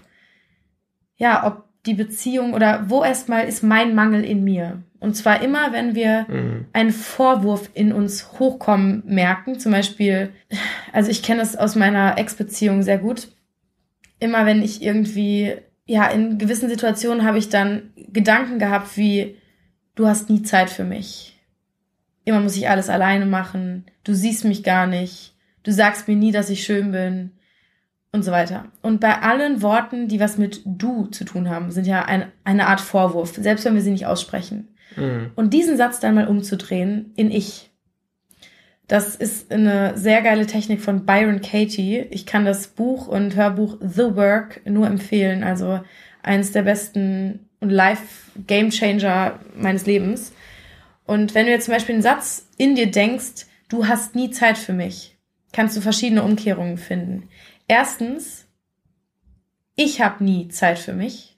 die Beziehung oder wo erstmal ist mein Mangel in mir. Und zwar immer, wenn wir einen Vorwurf in uns hochkommen merken, zum Beispiel, also ich kenne das aus meiner Ex-Beziehung sehr gut, immer wenn ich irgendwie, in gewissen Situationen habe ich dann Gedanken gehabt wie, du hast nie Zeit für mich. Immer muss ich alles alleine machen. Du siehst mich gar nicht. Du sagst mir nie, dass ich schön bin. Und so weiter. Und bei allen Worten, die was mit du zu tun haben, sind ja eine Art Vorwurf, selbst wenn wir sie nicht aussprechen. Und diesen Satz dann mal umzudrehen in ich. Das ist eine sehr geile Technik von Byron Katie. Ich kann das Buch und Hörbuch The Work nur empfehlen. Also eines der besten und Life-Game-Changer meines Lebens. Und wenn du jetzt zum Beispiel einen Satz in dir denkst, du hast nie Zeit für mich, kannst du verschiedene Umkehrungen finden. Erstens, ich habe nie Zeit für mich.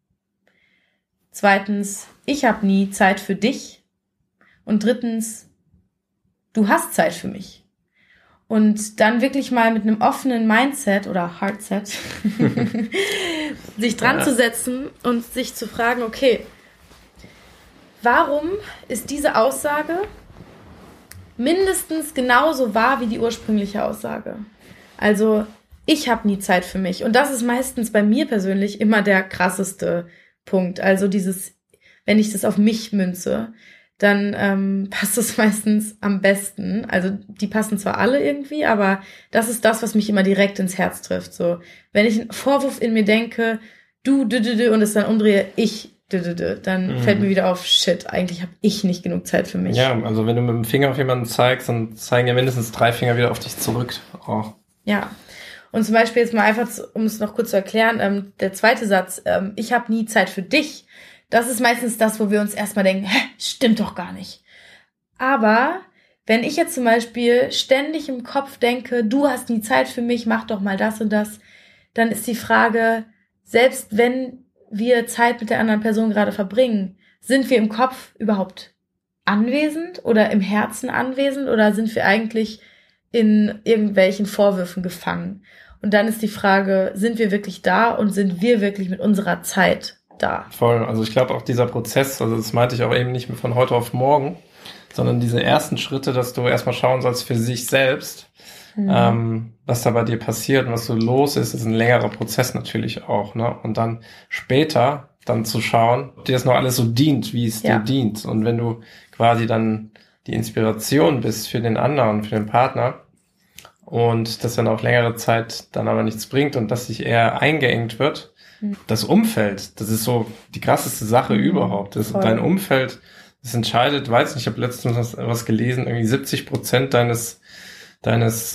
Zweitens, ich habe nie Zeit für dich. Und drittens, du hast Zeit für mich. Und dann wirklich mal mit einem offenen Mindset oder Heartset sich dran zu setzen und sich zu fragen, okay, warum ist diese Aussage mindestens genauso wahr wie die ursprüngliche Aussage? Also, ich habe nie Zeit für mich. Und das ist meistens bei mir persönlich immer der krasseste Punkt. Also wenn ich das auf mich münze, dann passt es meistens am besten. Also die passen zwar alle irgendwie, aber das ist das, was mich immer direkt ins Herz trifft. So, wenn ich einen Vorwurf in mir denke, du und es dann umdrehe, ich dann fällt mir wieder auf, shit, eigentlich habe ich nicht genug Zeit für mich. Ja, also wenn du mit dem Finger auf jemanden zeigst, dann zeigen ja mindestens 3 Finger wieder auf dich zurück. Oh. Ja, und zum Beispiel jetzt mal einfach, um es noch kurz zu erklären, der zweite Satz, ich habe nie Zeit für dich, das ist meistens das, wo wir uns erstmal denken, stimmt doch gar nicht. Aber wenn ich jetzt zum Beispiel ständig im Kopf denke, du hast nie Zeit für mich, mach doch mal das und das, dann ist die Frage, selbst wenn wir Zeit mit der anderen Person gerade verbringen, sind wir im Kopf überhaupt anwesend oder im Herzen anwesend oder sind wir eigentlich in irgendwelchen Vorwürfen gefangen? Und dann ist die Frage, sind wir wirklich da und sind wir wirklich mit unserer Zeit da? Voll, also ich glaube auch dieser Prozess, also das meinte ich auch eben nicht von heute auf morgen, sondern diese ersten Schritte, dass du erstmal schauen sollst für sich selbst, was da bei dir passiert und was so los ist ein längerer Prozess natürlich auch, ne? Und dann später dann zu schauen, ob dir das noch alles so dient, wie es dir dient. Und wenn du quasi dann die Inspiration bist für den anderen, für den Partner und das dann auch längere Zeit dann aber nichts bringt und dass sich eher eingeengt wird, das Umfeld, das ist so die krasseste Sache überhaupt. Dein Umfeld, das entscheidet, weiß nicht, ich habe letztens was gelesen, irgendwie 70% deines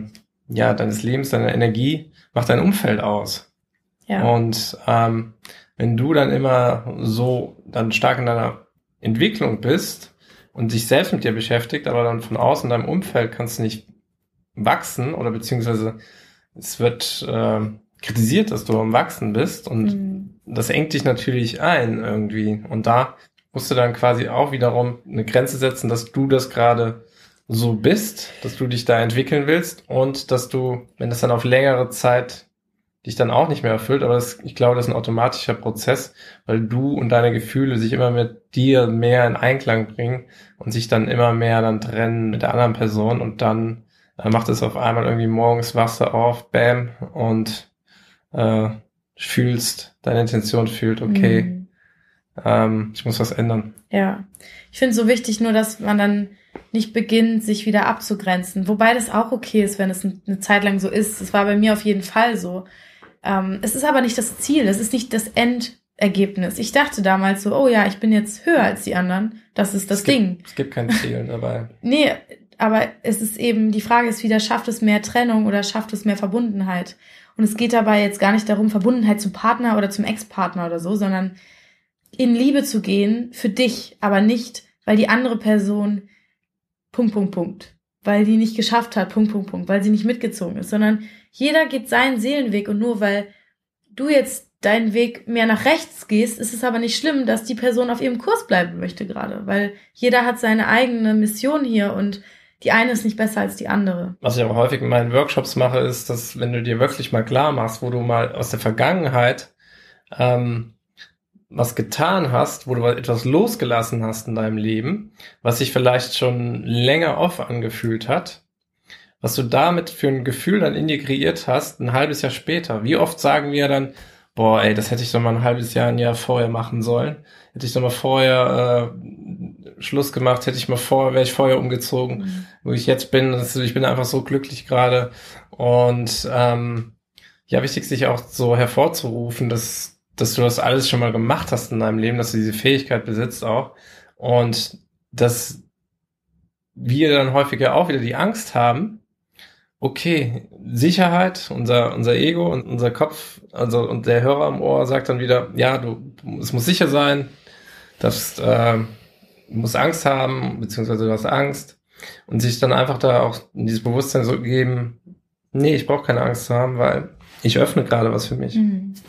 Lebens, deiner Energie macht dein Umfeld aus. Ja. Und wenn du dann immer so dann stark in deiner Entwicklung bist und dich selbst mit dir beschäftigt, aber dann von außen in deinem Umfeld kannst du nicht wachsen oder beziehungsweise es wird kritisiert, dass du am Wachsen bist und das engt dich natürlich ein irgendwie. Und da musst du dann quasi auch wiederum eine Grenze setzen, dass du das gerade so bist, dass du dich da entwickeln willst und dass du, wenn das dann auf längere Zeit dich dann auch nicht mehr erfüllt, aber ich glaube, das ist ein automatischer Prozess, weil du und deine Gefühle sich immer mit dir mehr in Einklang bringen und sich dann immer mehr dann trennen mit der anderen Person und dann macht es auf einmal irgendwie morgens, wachst du auf, bam, und deine Intention fühlt, okay, ich muss was ändern. Ja, ich finde es so wichtig nur, dass man dann nicht beginnt, sich wieder abzugrenzen. Wobei das auch okay ist, wenn es eine Zeit lang so ist. Das war bei mir auf jeden Fall so. Es ist aber nicht das Ziel, es ist nicht das Endergebnis. Ich dachte damals so, oh ja, ich bin jetzt höher als die anderen. Das ist das Ding. Es gibt kein Ziel dabei. Nee, aber es ist eben, die Frage ist wieder, schafft es mehr Trennung oder schafft es mehr Verbundenheit? Und es geht dabei jetzt gar nicht darum, Verbundenheit zum Partner oder zum Ex-Partner oder so, sondern in Liebe zu gehen für dich, aber nicht, weil die andere Person ... weil die nicht geschafft hat, ... weil sie nicht mitgezogen ist, sondern jeder geht seinen Seelenweg und nur weil du jetzt deinen Weg mehr nach rechts gehst, ist es aber nicht schlimm, dass die Person auf ihrem Kurs bleiben möchte gerade, weil jeder hat seine eigene Mission hier und die eine ist nicht besser als die andere. Was ich auch häufig in meinen Workshops mache, ist, dass wenn du dir wirklich mal klar machst, wo du mal aus der Vergangenheit was getan hast, wo du etwas losgelassen hast in deinem Leben, was sich vielleicht schon länger off angefühlt hat, was du damit für ein Gefühl dann in dir kreiert hast, ein halbes Jahr später. Wie oft sagen wir dann, boah, ey, das hätte ich doch mal ein Jahr vorher machen sollen. Hätte ich doch mal vorher Schluss gemacht, wäre ich vorher umgezogen, wo ich jetzt bin. Ich bin einfach so glücklich gerade. Und wichtig, sich auch so hervorzurufen, dass du das alles schon mal gemacht hast in deinem Leben, dass du diese Fähigkeit besitzt auch. Und dass wir dann häufiger auch wieder die Angst haben, okay, Sicherheit, unser Ego und unser Kopf, also und der Hörer am Ohr sagt dann wieder, ja, es muss sicher sein, dass musst Angst haben, beziehungsweise du hast Angst und sich dann einfach da auch in dieses Bewusstsein so geben, nee, ich brauche keine Angst zu haben, weil ich öffne gerade was für mich.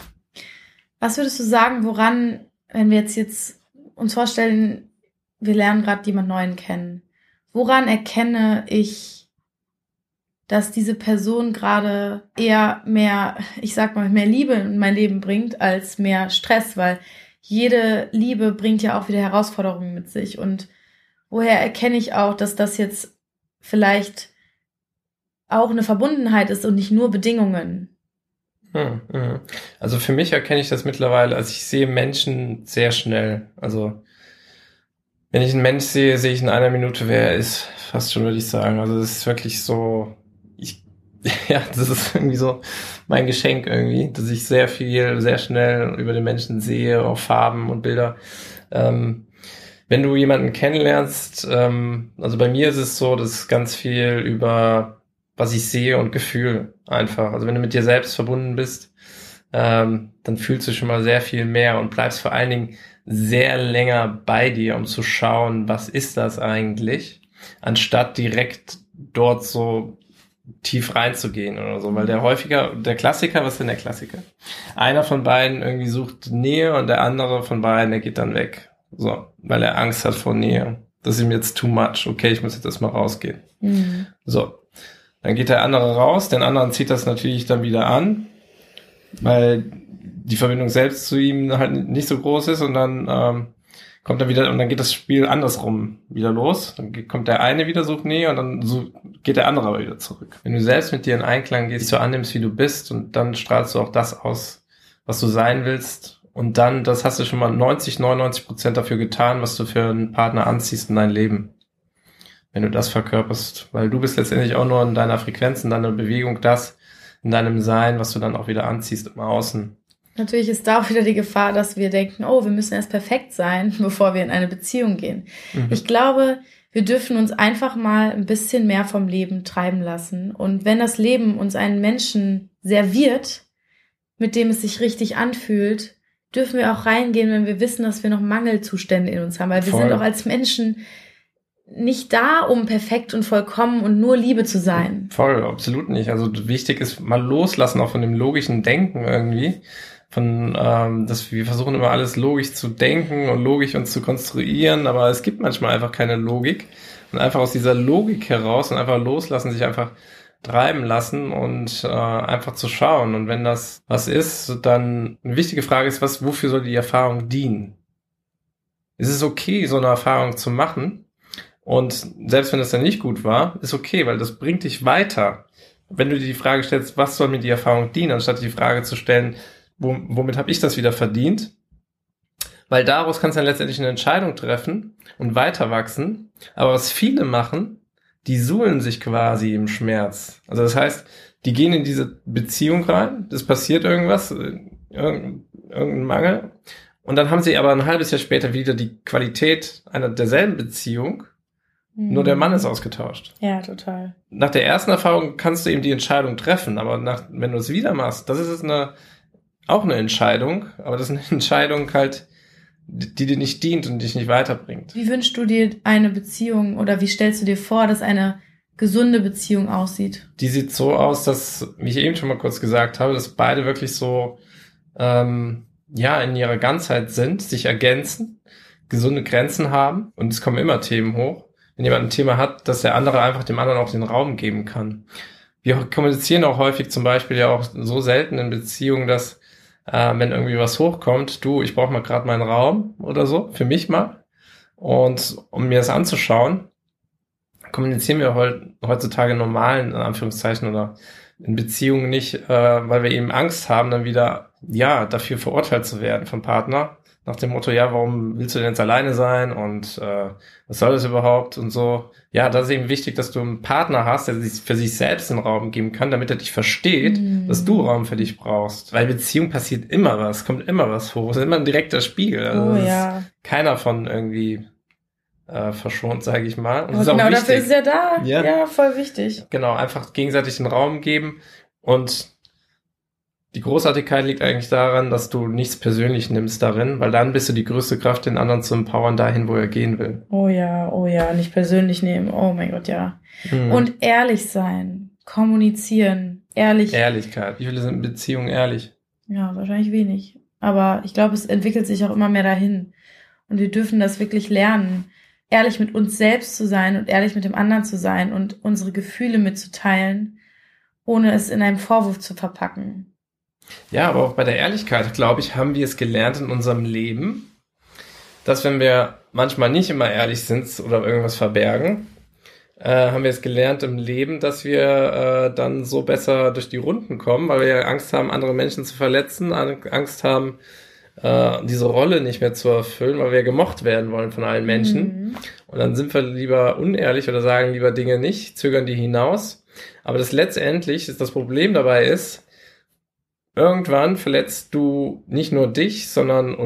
Was würdest du sagen, woran, wenn wir jetzt uns vorstellen, wir lernen gerade jemand Neuen kennen, woran erkenne ich, dass diese Person gerade eher mehr, ich sag mal, mehr Liebe in mein Leben bringt, als mehr Stress, weil jede Liebe bringt ja auch wieder Herausforderungen mit sich. Und woher erkenne ich auch, dass das jetzt vielleicht auch eine Verbundenheit ist und nicht nur Bedingungen? Also für mich erkenne ich das mittlerweile, also ich sehe Menschen sehr schnell. Also wenn ich einen Mensch sehe, sehe ich in einer Minute, wer er ist. Fast schon, würde ich sagen. Also das ist wirklich so, das ist irgendwie so mein Geschenk irgendwie, dass ich sehr viel, sehr schnell über den Menschen sehe, auch Farben und Bilder. Wenn du jemanden kennenlernst, also bei mir ist es so, dass ganz viel über was ich sehe und Gefühl einfach. Also wenn du mit dir selbst verbunden bist, dann fühlst du schon mal sehr viel mehr und bleibst vor allen Dingen sehr länger bei dir, um zu schauen, was ist das eigentlich, anstatt direkt dort so tief reinzugehen oder so, weil der Klassiker, was ist denn der Klassiker? Einer von beiden irgendwie sucht Nähe und der andere von beiden, der geht dann weg. So, weil er Angst hat vor Nähe. Das ist ihm jetzt too much. Okay, ich muss jetzt erstmal rausgehen. So. Dann geht der andere raus, den anderen zieht das natürlich dann wieder an, weil die Verbindung selbst zu ihm halt nicht so groß ist und dann kommt er wieder und dann geht das Spiel andersrum wieder los. Dann kommt der eine wieder, sucht Nähe und dann geht der andere aber wieder zurück. Wenn du selbst mit dir in Einklang gehst, dich so annimmst, wie du bist und dann strahlst du auch das aus, was du sein willst und dann, das hast du schon mal 99% dafür getan, was du für einen Partner anziehst in dein Leben. Wenn du das verkörperst, weil du bist letztendlich auch nur in deiner Frequenz, in deiner Bewegung, das in deinem Sein, was du dann auch wieder anziehst im Außen. Natürlich ist da auch wieder die Gefahr, dass wir denken, oh, wir müssen erst perfekt sein, bevor wir in eine Beziehung gehen. Ich glaube, wir dürfen uns einfach mal ein bisschen mehr vom Leben treiben lassen. Und wenn das Leben uns einen Menschen serviert, mit dem es sich richtig anfühlt, dürfen wir auch reingehen, wenn wir wissen, dass wir noch Mangelzustände in uns haben. Weil wir sind auch als Menschen nicht da, um perfekt und vollkommen und nur Liebe zu sein. Voll, absolut nicht. Also wichtig ist mal loslassen, auch von dem logischen Denken irgendwie. Dass wir versuchen immer alles logisch zu denken und logisch uns zu konstruieren, aber es gibt manchmal einfach keine Logik. Und einfach aus dieser Logik heraus und einfach loslassen, sich einfach treiben lassen und einfach zu schauen. Und wenn das was ist, dann eine wichtige Frage ist, wofür soll die Erfahrung dienen? Ist es okay, so eine Erfahrung zu machen? Und selbst wenn das dann nicht gut war, ist okay, weil das bringt dich weiter. Wenn du dir die Frage stellst, was soll mir die Erfahrung dienen, anstatt die Frage zu stellen, womit habe ich das wieder verdient? Weil daraus kannst du dann letztendlich eine Entscheidung treffen und weiter wachsen. Aber was viele machen, die suhlen sich quasi im Schmerz. Also das heißt, die gehen in diese Beziehung rein, es passiert irgendwas, irgendein Mangel. Und dann haben sie aber ein halbes Jahr später wieder die Qualität einer derselben Beziehung. Nur der Mann ist ausgetauscht. Ja, total. Nach der ersten Erfahrung kannst du eben die Entscheidung treffen, aber wenn du es wieder machst, das ist auch eine Entscheidung, aber das ist eine Entscheidung halt, die dir nicht dient und dich nicht weiterbringt. Wie wünschst du dir eine Beziehung oder wie stellst du dir vor, dass eine gesunde Beziehung aussieht? Die sieht so aus, dass, wie ich eben schon mal kurz gesagt habe, dass beide wirklich so in ihrer Ganzheit sind, sich ergänzen, gesunde Grenzen haben und es kommen immer Themen hoch. Wenn jemand ein Thema hat, dass der andere einfach dem anderen auch den Raum geben kann. Wir kommunizieren auch häufig zum Beispiel ja auch so selten in Beziehungen, dass wenn irgendwie was hochkommt, ich brauche mal gerade meinen Raum oder so, für mich mal. Und um mir das anzuschauen, kommunizieren wir heutzutage normalen, in Anführungszeichen, oder in Beziehungen nicht, weil wir eben Angst haben, dann wieder, dafür verurteilt zu werden vom Partner. Nach dem Motto, warum willst du denn jetzt alleine sein und was soll das überhaupt und so. Ja, das ist eben wichtig, dass du einen Partner hast, der sich für sich selbst den Raum geben kann, damit er dich versteht, dass du Raum für dich brauchst. Weil Beziehung passiert immer was, kommt immer was hoch. Es ist immer ein direkter Spiegel. Also ist keiner von irgendwie verschont, sage ich mal. Und aber genau dafür ist er da. Ja, voll wichtig. Genau, einfach gegenseitig den Raum geben und die Großartigkeit liegt eigentlich daran, dass du nichts persönlich nimmst darin, weil dann bist du die größte Kraft, den anderen zu empowern dahin, wo er gehen will. Oh ja, nicht persönlich nehmen. Oh mein Gott, ja. Und ehrlich sein, kommunizieren, ehrlich. Ehrlichkeit. Wie viele sind in Beziehungen ehrlich? Ja, wahrscheinlich wenig. Aber ich glaube, es entwickelt sich auch immer mehr dahin. Und wir dürfen das wirklich lernen, ehrlich mit uns selbst zu sein und ehrlich mit dem anderen zu sein und unsere Gefühle mitzuteilen, ohne es in einem Vorwurf zu verpacken. Ja, aber auch bei der Ehrlichkeit, glaube ich, haben wir es gelernt in unserem Leben, dass wenn wir manchmal nicht immer ehrlich sind oder irgendwas verbergen, haben wir es gelernt im Leben, dass wir dann so besser durch die Runden kommen, weil wir ja Angst haben, andere Menschen zu verletzen, Angst haben, diese Rolle nicht mehr zu erfüllen, weil wir gemocht werden wollen von allen Menschen. Und dann sind wir lieber unehrlich oder sagen lieber Dinge nicht, zögern die hinaus. Aber das Problem dabei ist, irgendwann verletzt du nicht nur dich, sondern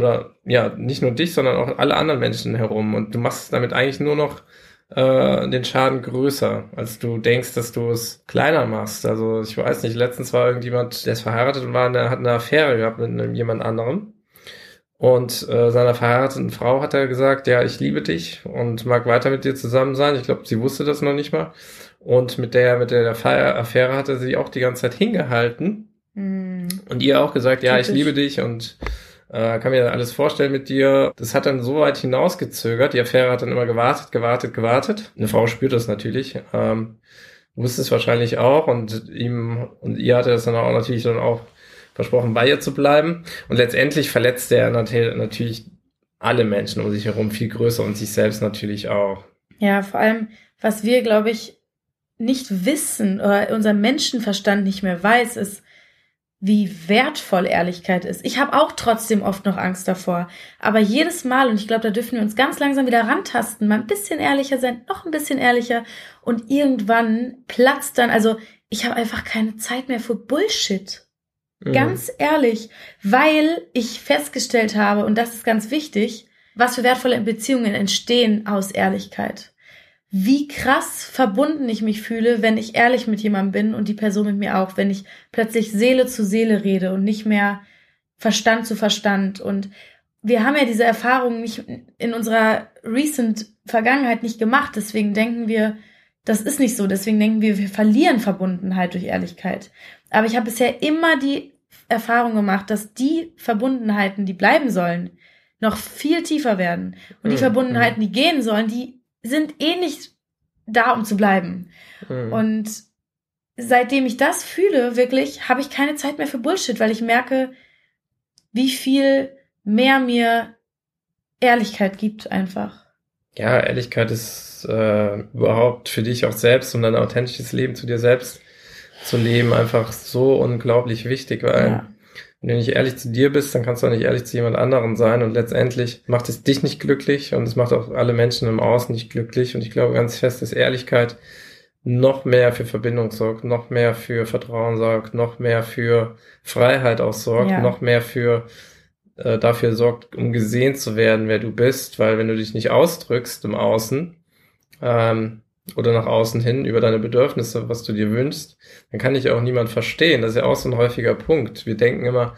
auch alle anderen Menschen herum. Und du machst damit eigentlich nur noch den Schaden größer, als du denkst, dass du es kleiner machst. Also ich weiß nicht, letztens war irgendjemand, der ist verheiratet und hat eine Affäre gehabt mit jemand anderem. Und seiner verheirateten Frau hat er gesagt, ja, ich liebe dich und mag weiter mit dir zusammen sein. Ich glaube, sie wusste das noch nicht mal. Und mit der Affäre hat er sie auch die ganze Zeit hingehalten. Und ihr auch gesagt, ja, ich liebe dich und kann mir alles vorstellen mit dir. Das hat dann so weit hinausgezögert. Die Affäre hat dann immer gewartet. Eine Frau spürt das natürlich. Wusste es wahrscheinlich auch und ihr hatte das dann auch natürlich versprochen, bei ihr zu bleiben. Und letztendlich verletzt er natürlich alle Menschen um sich herum viel größer und sich selbst natürlich auch. Ja, vor allem, was wir, glaube ich, nicht wissen oder unser Menschenverstand nicht mehr weiß, ist, wie wertvoll Ehrlichkeit ist. Ich habe auch trotzdem oft noch Angst davor. Aber jedes Mal, und ich glaube, da dürfen wir uns ganz langsam wieder rantasten, mal ein bisschen ehrlicher sein, noch ein bisschen ehrlicher. Und irgendwann platzt dann, also ich habe einfach keine Zeit mehr für Bullshit. Ganz ehrlich, weil ich festgestellt habe, und das ist ganz wichtig, was für wertvolle Beziehungen entstehen aus Ehrlichkeit. Wie krass verbunden ich mich fühle, wenn ich ehrlich mit jemandem bin und die Person mit mir auch, wenn ich plötzlich Seele zu Seele rede und nicht mehr Verstand zu Verstand. Und wir haben ja diese Erfahrung nicht in unserer recent Vergangenheit nicht gemacht, deswegen denken wir, das ist nicht so, deswegen denken wir verlieren Verbundenheit durch Ehrlichkeit. Aber ich habe bisher immer die Erfahrung gemacht, dass die Verbundenheiten, die bleiben sollen, noch viel tiefer werden. Und die Verbundenheiten, die gehen sollen, die sind eh nicht da, um zu bleiben. Und seitdem ich das fühle, wirklich, habe ich keine Zeit mehr für Bullshit, weil ich merke, wie viel mehr mir Ehrlichkeit gibt einfach. Ja, Ehrlichkeit ist überhaupt für dich auch selbst und dein authentisches Leben zu dir selbst zu leben einfach so unglaublich wichtig, weil wenn du nicht ehrlich zu dir bist, dann kannst du auch nicht ehrlich zu jemand anderem sein und letztendlich macht es dich nicht glücklich und es macht auch alle Menschen im Außen nicht glücklich und ich glaube ganz fest, dass Ehrlichkeit noch mehr für Verbindung sorgt, noch mehr für Vertrauen sorgt, noch mehr für Freiheit auch sorgt, noch mehr dafür sorgt, um gesehen zu werden, wer du bist, weil wenn du dich nicht ausdrückst im Außen, oder nach außen hin über deine Bedürfnisse, was du dir wünschst, dann kann dich auch niemand verstehen. Das ist ja auch so ein häufiger Punkt. Wir denken immer,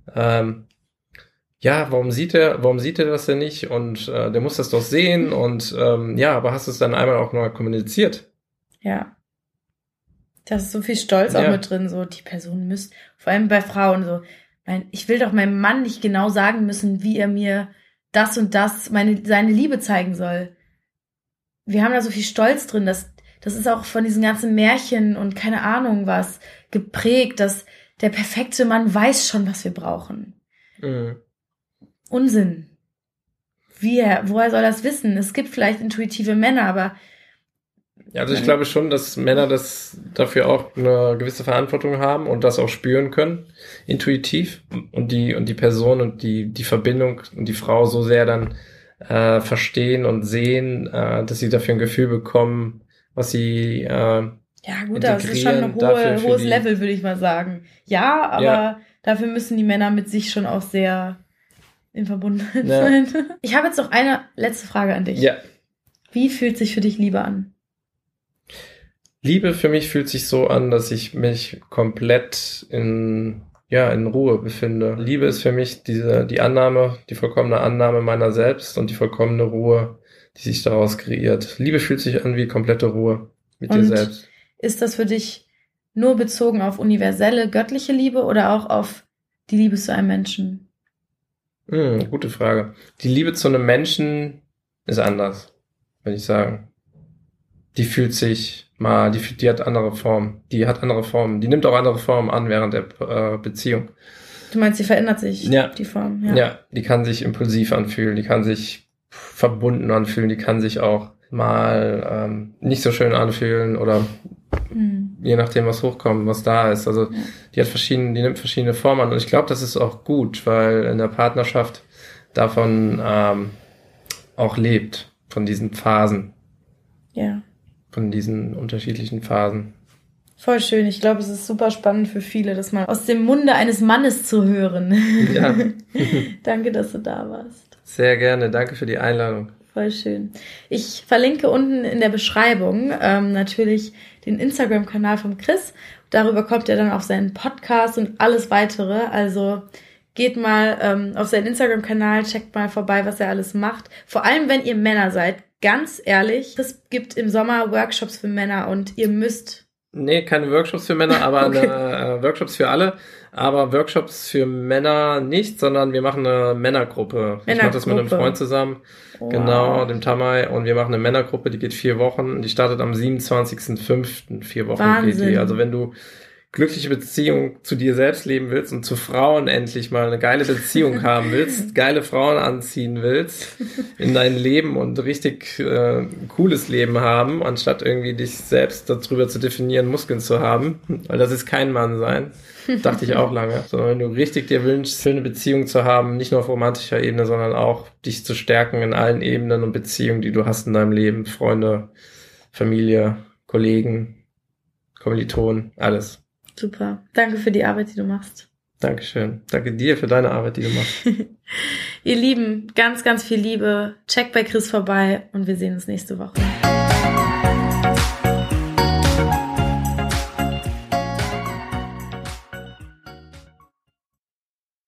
warum sieht er das denn nicht? Und der muss das doch sehen. Und aber hast du es dann einmal auch mal kommuniziert? Ja. Da ist so viel Stolz auch mit drin, so die Person müsste, vor allem bei Frauen so, ich will doch meinem Mann nicht genau sagen müssen, wie er mir das und das, seine Liebe zeigen soll. Wir haben da so viel Stolz drin, das ist auch von diesen ganzen Märchen und keine Ahnung was geprägt, dass der perfekte Mann weiß schon, was wir brauchen. Unsinn. Woher soll das wissen? Es gibt vielleicht intuitive Männer, aber also ich glaube schon, dass Männer das dafür auch eine gewisse Verantwortung haben und das auch spüren können, intuitiv und die Person und die Verbindung und die Frau so sehr dann verstehen und sehen, dass sie dafür ein Gefühl bekommen, was sie ja gut, das ist schon ein hohes Level, würde ich mal sagen. Ja, aber dafür müssen die Männer mit sich schon auch sehr in Verbundenheit sein. Ich habe jetzt noch eine letzte Frage an dich. Ja. Wie fühlt sich für dich Liebe an? Liebe für mich fühlt sich so an, dass ich mich komplett in in Ruhe befinde. Liebe ist für mich die Annahme, die vollkommene Annahme meiner selbst und die vollkommene Ruhe, die sich daraus kreiert. Liebe fühlt sich an wie komplette Ruhe mit dir selbst. Ist das für dich nur bezogen auf universelle, göttliche Liebe oder auch auf die Liebe zu einem Menschen? Gute Frage. Die Liebe zu einem Menschen ist anders, würde ich sagen. Die fühlt sich die hat andere Formen. Die hat andere Formen. Die nimmt auch andere Formen an während der Beziehung. Du meinst, sie verändert sich, die Form? Ja, die kann sich impulsiv anfühlen, die kann sich verbunden anfühlen, die kann sich auch mal nicht so schön anfühlen oder je nachdem, was hochkommt, was da ist. Also die nimmt verschiedene Formen an. Und ich glaube, das ist auch gut, weil in der Partnerschaft davon auch lebt, von diesen Phasen. Ja. Von diesen unterschiedlichen Phasen. Voll schön. Ich glaube, es ist super spannend für viele, das mal aus dem Munde eines Mannes zu hören. Ja. Danke, dass du da warst. Sehr gerne. Danke für die Einladung. Voll schön. Ich verlinke unten in der Beschreibung natürlich den Instagram-Kanal von Chris. Darüber kommt er dann auf seinen Podcast und alles weitere. Also geht mal auf seinen Instagram-Kanal, checkt mal vorbei, was er alles macht. Vor allem, wenn ihr Männer seid. Ganz ehrlich, es gibt im Sommer Workshops für Männer und ihr müsst... Nee, keine Workshops für Männer, aber Okay. Workshops für alle. Aber Workshops für Männer nicht, sondern wir machen eine Männergruppe. Ich mache das mit einem Freund zusammen, genau, dem Tamay. Und wir machen eine Männergruppe, die geht 4 Wochen. Die startet am 27.05. 4 Wochen Wahnsinn. geht die. Also wenn du glückliche Beziehung zu dir selbst leben willst und zu Frauen endlich mal eine geile Beziehung haben willst, geile Frauen anziehen willst in dein Leben und richtig cooles Leben haben, anstatt irgendwie dich selbst darüber zu definieren, Muskeln zu haben, weil das ist kein Mann sein, dachte ich auch lange, sondern wenn du richtig dir wünschst, schöne Beziehung zu haben, nicht nur auf romantischer Ebene, sondern auch dich zu stärken in allen Ebenen und Beziehungen, die du hast in deinem Leben, Freunde, Familie, Kollegen, Kommilitonen, alles. Super. Danke für die Arbeit, die du machst. Dankeschön. Danke dir für deine Arbeit, die du machst. Ihr Lieben, ganz, ganz viel Liebe. Checkt bei Chris vorbei und wir sehen uns nächste Woche.